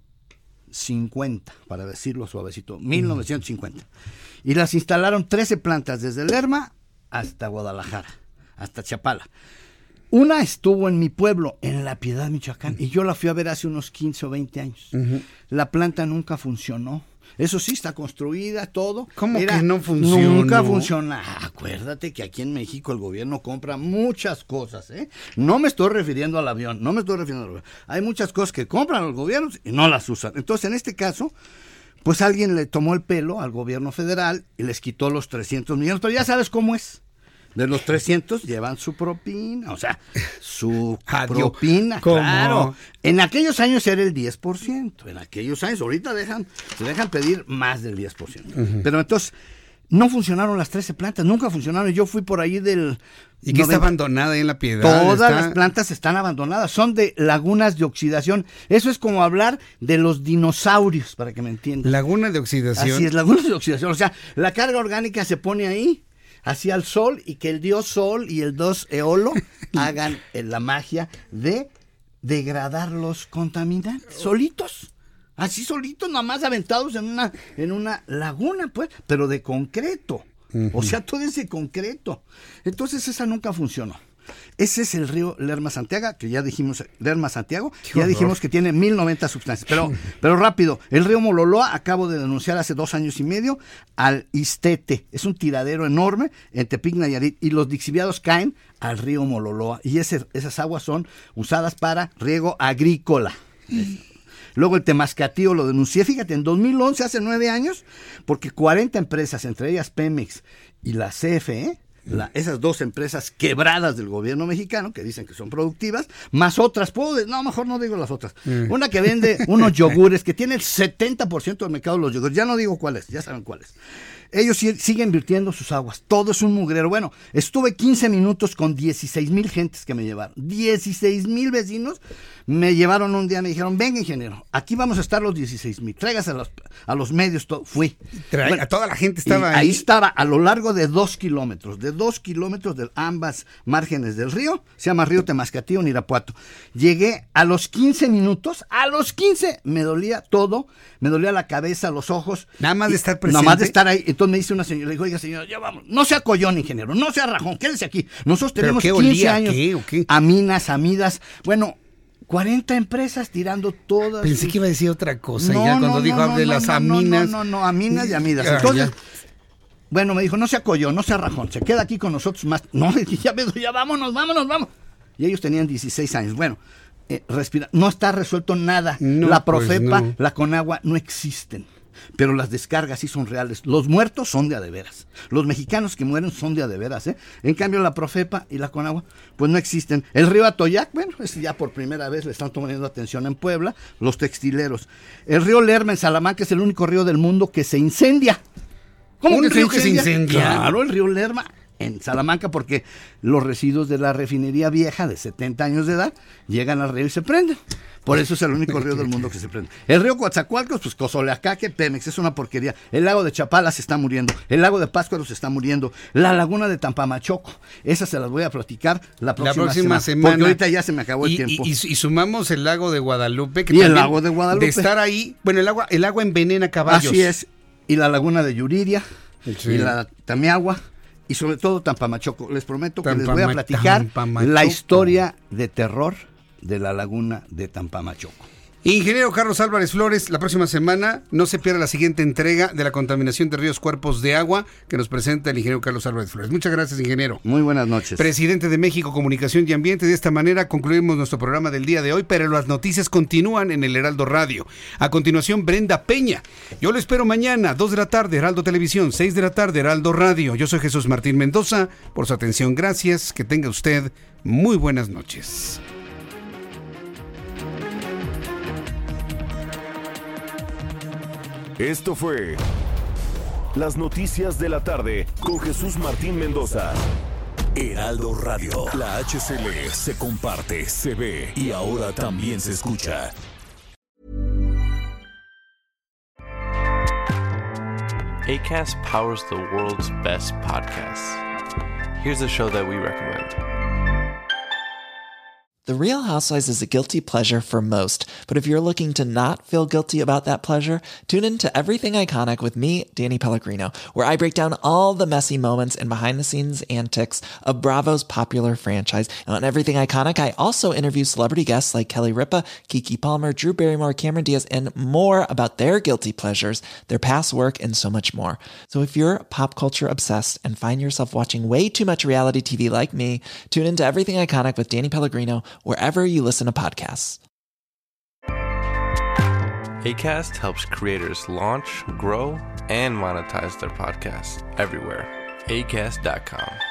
cincuenta, para decirlo suavecito, mil novecientos cincuenta. Uh-huh. Y las instalaron trece plantas desde Lerma hasta Guadalajara, hasta Chapala. Una estuvo en mi pueblo, en La Piedad, Michoacán, y yo la fui a ver hace unos quince o veinte años. Uh-huh. La planta nunca funcionó. Eso sí, está construida, todo. ¿Cómo Era, que no funcionó? Nunca funciona. Acuérdate que aquí en México el gobierno compra muchas cosas, ¿eh? No me estoy refiriendo al avión, no me estoy refiriendo al avión. Hay muchas cosas que compran los gobiernos y no las usan. Entonces, en este caso, pues alguien le tomó el pelo al gobierno federal y les quitó los trescientos millones, pero ya sabes cómo es. De los trescientos llevan su propina, o sea, su propina, ¿Cómo? Claro. En aquellos años era el diez por ciento, en aquellos años, ahorita dejan, se dejan pedir más del diez por ciento. Uh-huh. Pero entonces, no funcionaron las trece plantas, nunca funcionaron. Yo fui por ahí del... ¿Y que está abandonada ahí en La Piedad? Todas está... las plantas están abandonadas, son de lagunas de oxidación. Eso es como hablar de los dinosaurios, para que me entiendan. Laguna de oxidación. Así es, lagunas de oxidación, o sea, la carga orgánica se pone ahí, hacia el sol, y que el dios sol y el dios Eolo hagan la magia de degradar los contaminantes solitos, así solitos, nada más aventados en una en una laguna, pues, pero de concreto. Uh-huh. O sea, todo ese concreto. Entonces esa nunca funcionó. Ese es el río Lerma Santiago, que ya dijimos, Lerma Santiago, ya dijimos que tiene mil noventa sustancias. Pero, pero rápido, el río Mololoa, acabo de denunciar hace dos años y medio al Istete. Es un tiradero enorme en Tepic, Nayarit, y los lixiviados caen al río Mololoa. Y ese, esas aguas son usadas para riego agrícola. Luego el Temascatío lo denuncié, fíjate, en dos mil once, hace nueve años, porque cuarenta empresas, entre ellas Pemex y la C F E, La, esas dos empresas quebradas del gobierno mexicano, que dicen que son productivas, más otras, puedo de, no, mejor no digo las otras, mm. una que vende unos yogures, que tiene el setenta por ciento del mercado de los yogures, ya no digo cuáles, ya saben cuáles. Ellos siguen invirtiendo sus aguas, todo es un mugrero. Bueno, estuve quince minutos con dieciséis mil gentes que me llevaron, dieciséis mil vecinos me llevaron un día, me dijeron, venga ingeniero, aquí vamos a estar los dieciséis mil, tráigase a los, a los medios, todo. Fui. Trae, bueno, a toda la gente estaba ahí. Ahí estaba, a lo largo de dos kilómetros, de dos kilómetros de ambas márgenes del río, se llama Río Temascatío en Irapuato. Llegué a los quince minutos, a los quince me dolía todo, me dolía la cabeza, los ojos. Nada más de estar presente. Nada más de estar ahí. Entonces me dice una señora, le digo, oiga señora, ya vamos, no sea collón ingeniero, no sea rajón, quédese aquí. Nosotros tenemos qué quince olía, años, ¿qué, o qué? aminas, amidas, bueno, cuarenta empresas tirando todas. Pensé sus... que iba a decir otra cosa, no, ya cuando no, dijo no, de no, las no, aminas. No, no, no, no, aminas y amidas. Entonces, ya. Bueno, me dijo, no sea collón, no sea rajón, se queda aquí con nosotros más. No, ya, ya vámonos, vámonos, vamos. Y ellos tenían dieciséis años. Bueno, eh, respira, no está resuelto nada. No, la Profepa, pues no. La Conagua no existen. Pero las descargas sí son reales. Los muertos son de a de veras. Los mexicanos que mueren son de a de veras, ¿eh? En cambio, la Profepa y la Conagua, pues no existen. El río Atoyac, bueno, es ya por primera vez le están tomando atención en Puebla, los textileros. El río Lerma en Salamanca es el único río del mundo que se incendia. ¿Cómo que río que se incendia? Claro, el río Lerma en Salamanca, porque los residuos de la refinería vieja de setenta años de edad llegan al río y se prenden. Por eso es el único río del mundo que se prende. El río Coatzacoalcos, pues Cozoleacaque, Pemex, es una porquería. El lago de Chapala se está muriendo. El lago de Pátzcuaro se está muriendo. La laguna de Tampamachoco, esas se las voy a platicar la próxima, la próxima semana, semana. Porque ahorita ya se me acabó el y, tiempo. Y, y, y sumamos el lago de Guadalupe. Que y el lago de Guadalupe. De estar ahí, bueno, el agua, el agua envenena caballos. Así es. Y la laguna de Yuriria, sí. Y la Tamiagua. Y sobre todo Tampamachoco. Les prometo que Tampama, les voy a platicar la historia de terror de la laguna de Tampamachoco. Ingeniero Carlos Álvarez Flores, la próxima semana no se pierda la siguiente entrega de la contaminación de ríos, cuerpos de agua que nos presenta el ingeniero Carlos Álvarez Flores. Muchas gracias, ingeniero. Muy buenas noches. Presidente de México Comunicación y Ambiente. De esta manera concluimos nuestro programa del día de hoy, pero las noticias continúan en el Heraldo Radio. A continuación, Brenda Peña. Yo lo espero mañana, dos de la tarde, Heraldo Televisión, seis de la tarde, Heraldo Radio. Yo soy Jesús Martín Mendoza. Por su atención, gracias. Que tenga usted muy buenas noches. Esto fue Las Noticias de la Tarde con Jesús Martín Mendoza. Heraldo Radio. La H C L se comparte, se ve y ahora también se escucha. Acast powers the world's best podcasts. Here's a show that we recommend. The Real Housewives is a guilty pleasure for most, but if you're looking to not feel guilty about that pleasure, tune in to Everything Iconic with me, Danny Pellegrino, where I break down all the messy moments and behind-the-scenes antics of Bravo's popular franchise. And on Everything Iconic, I also interview celebrity guests like Kelly Ripa, Keke Palmer, Drew Barrymore, Cameron Diaz, and more about their guilty pleasures, their past work, and so much more. So if you're pop culture obsessed and find yourself watching way too much reality T V like me, tune into Everything Iconic with Danny Pellegrino, wherever you listen to podcasts. Acast helps creators launch, grow, and monetize their podcasts everywhere. Acast dot com.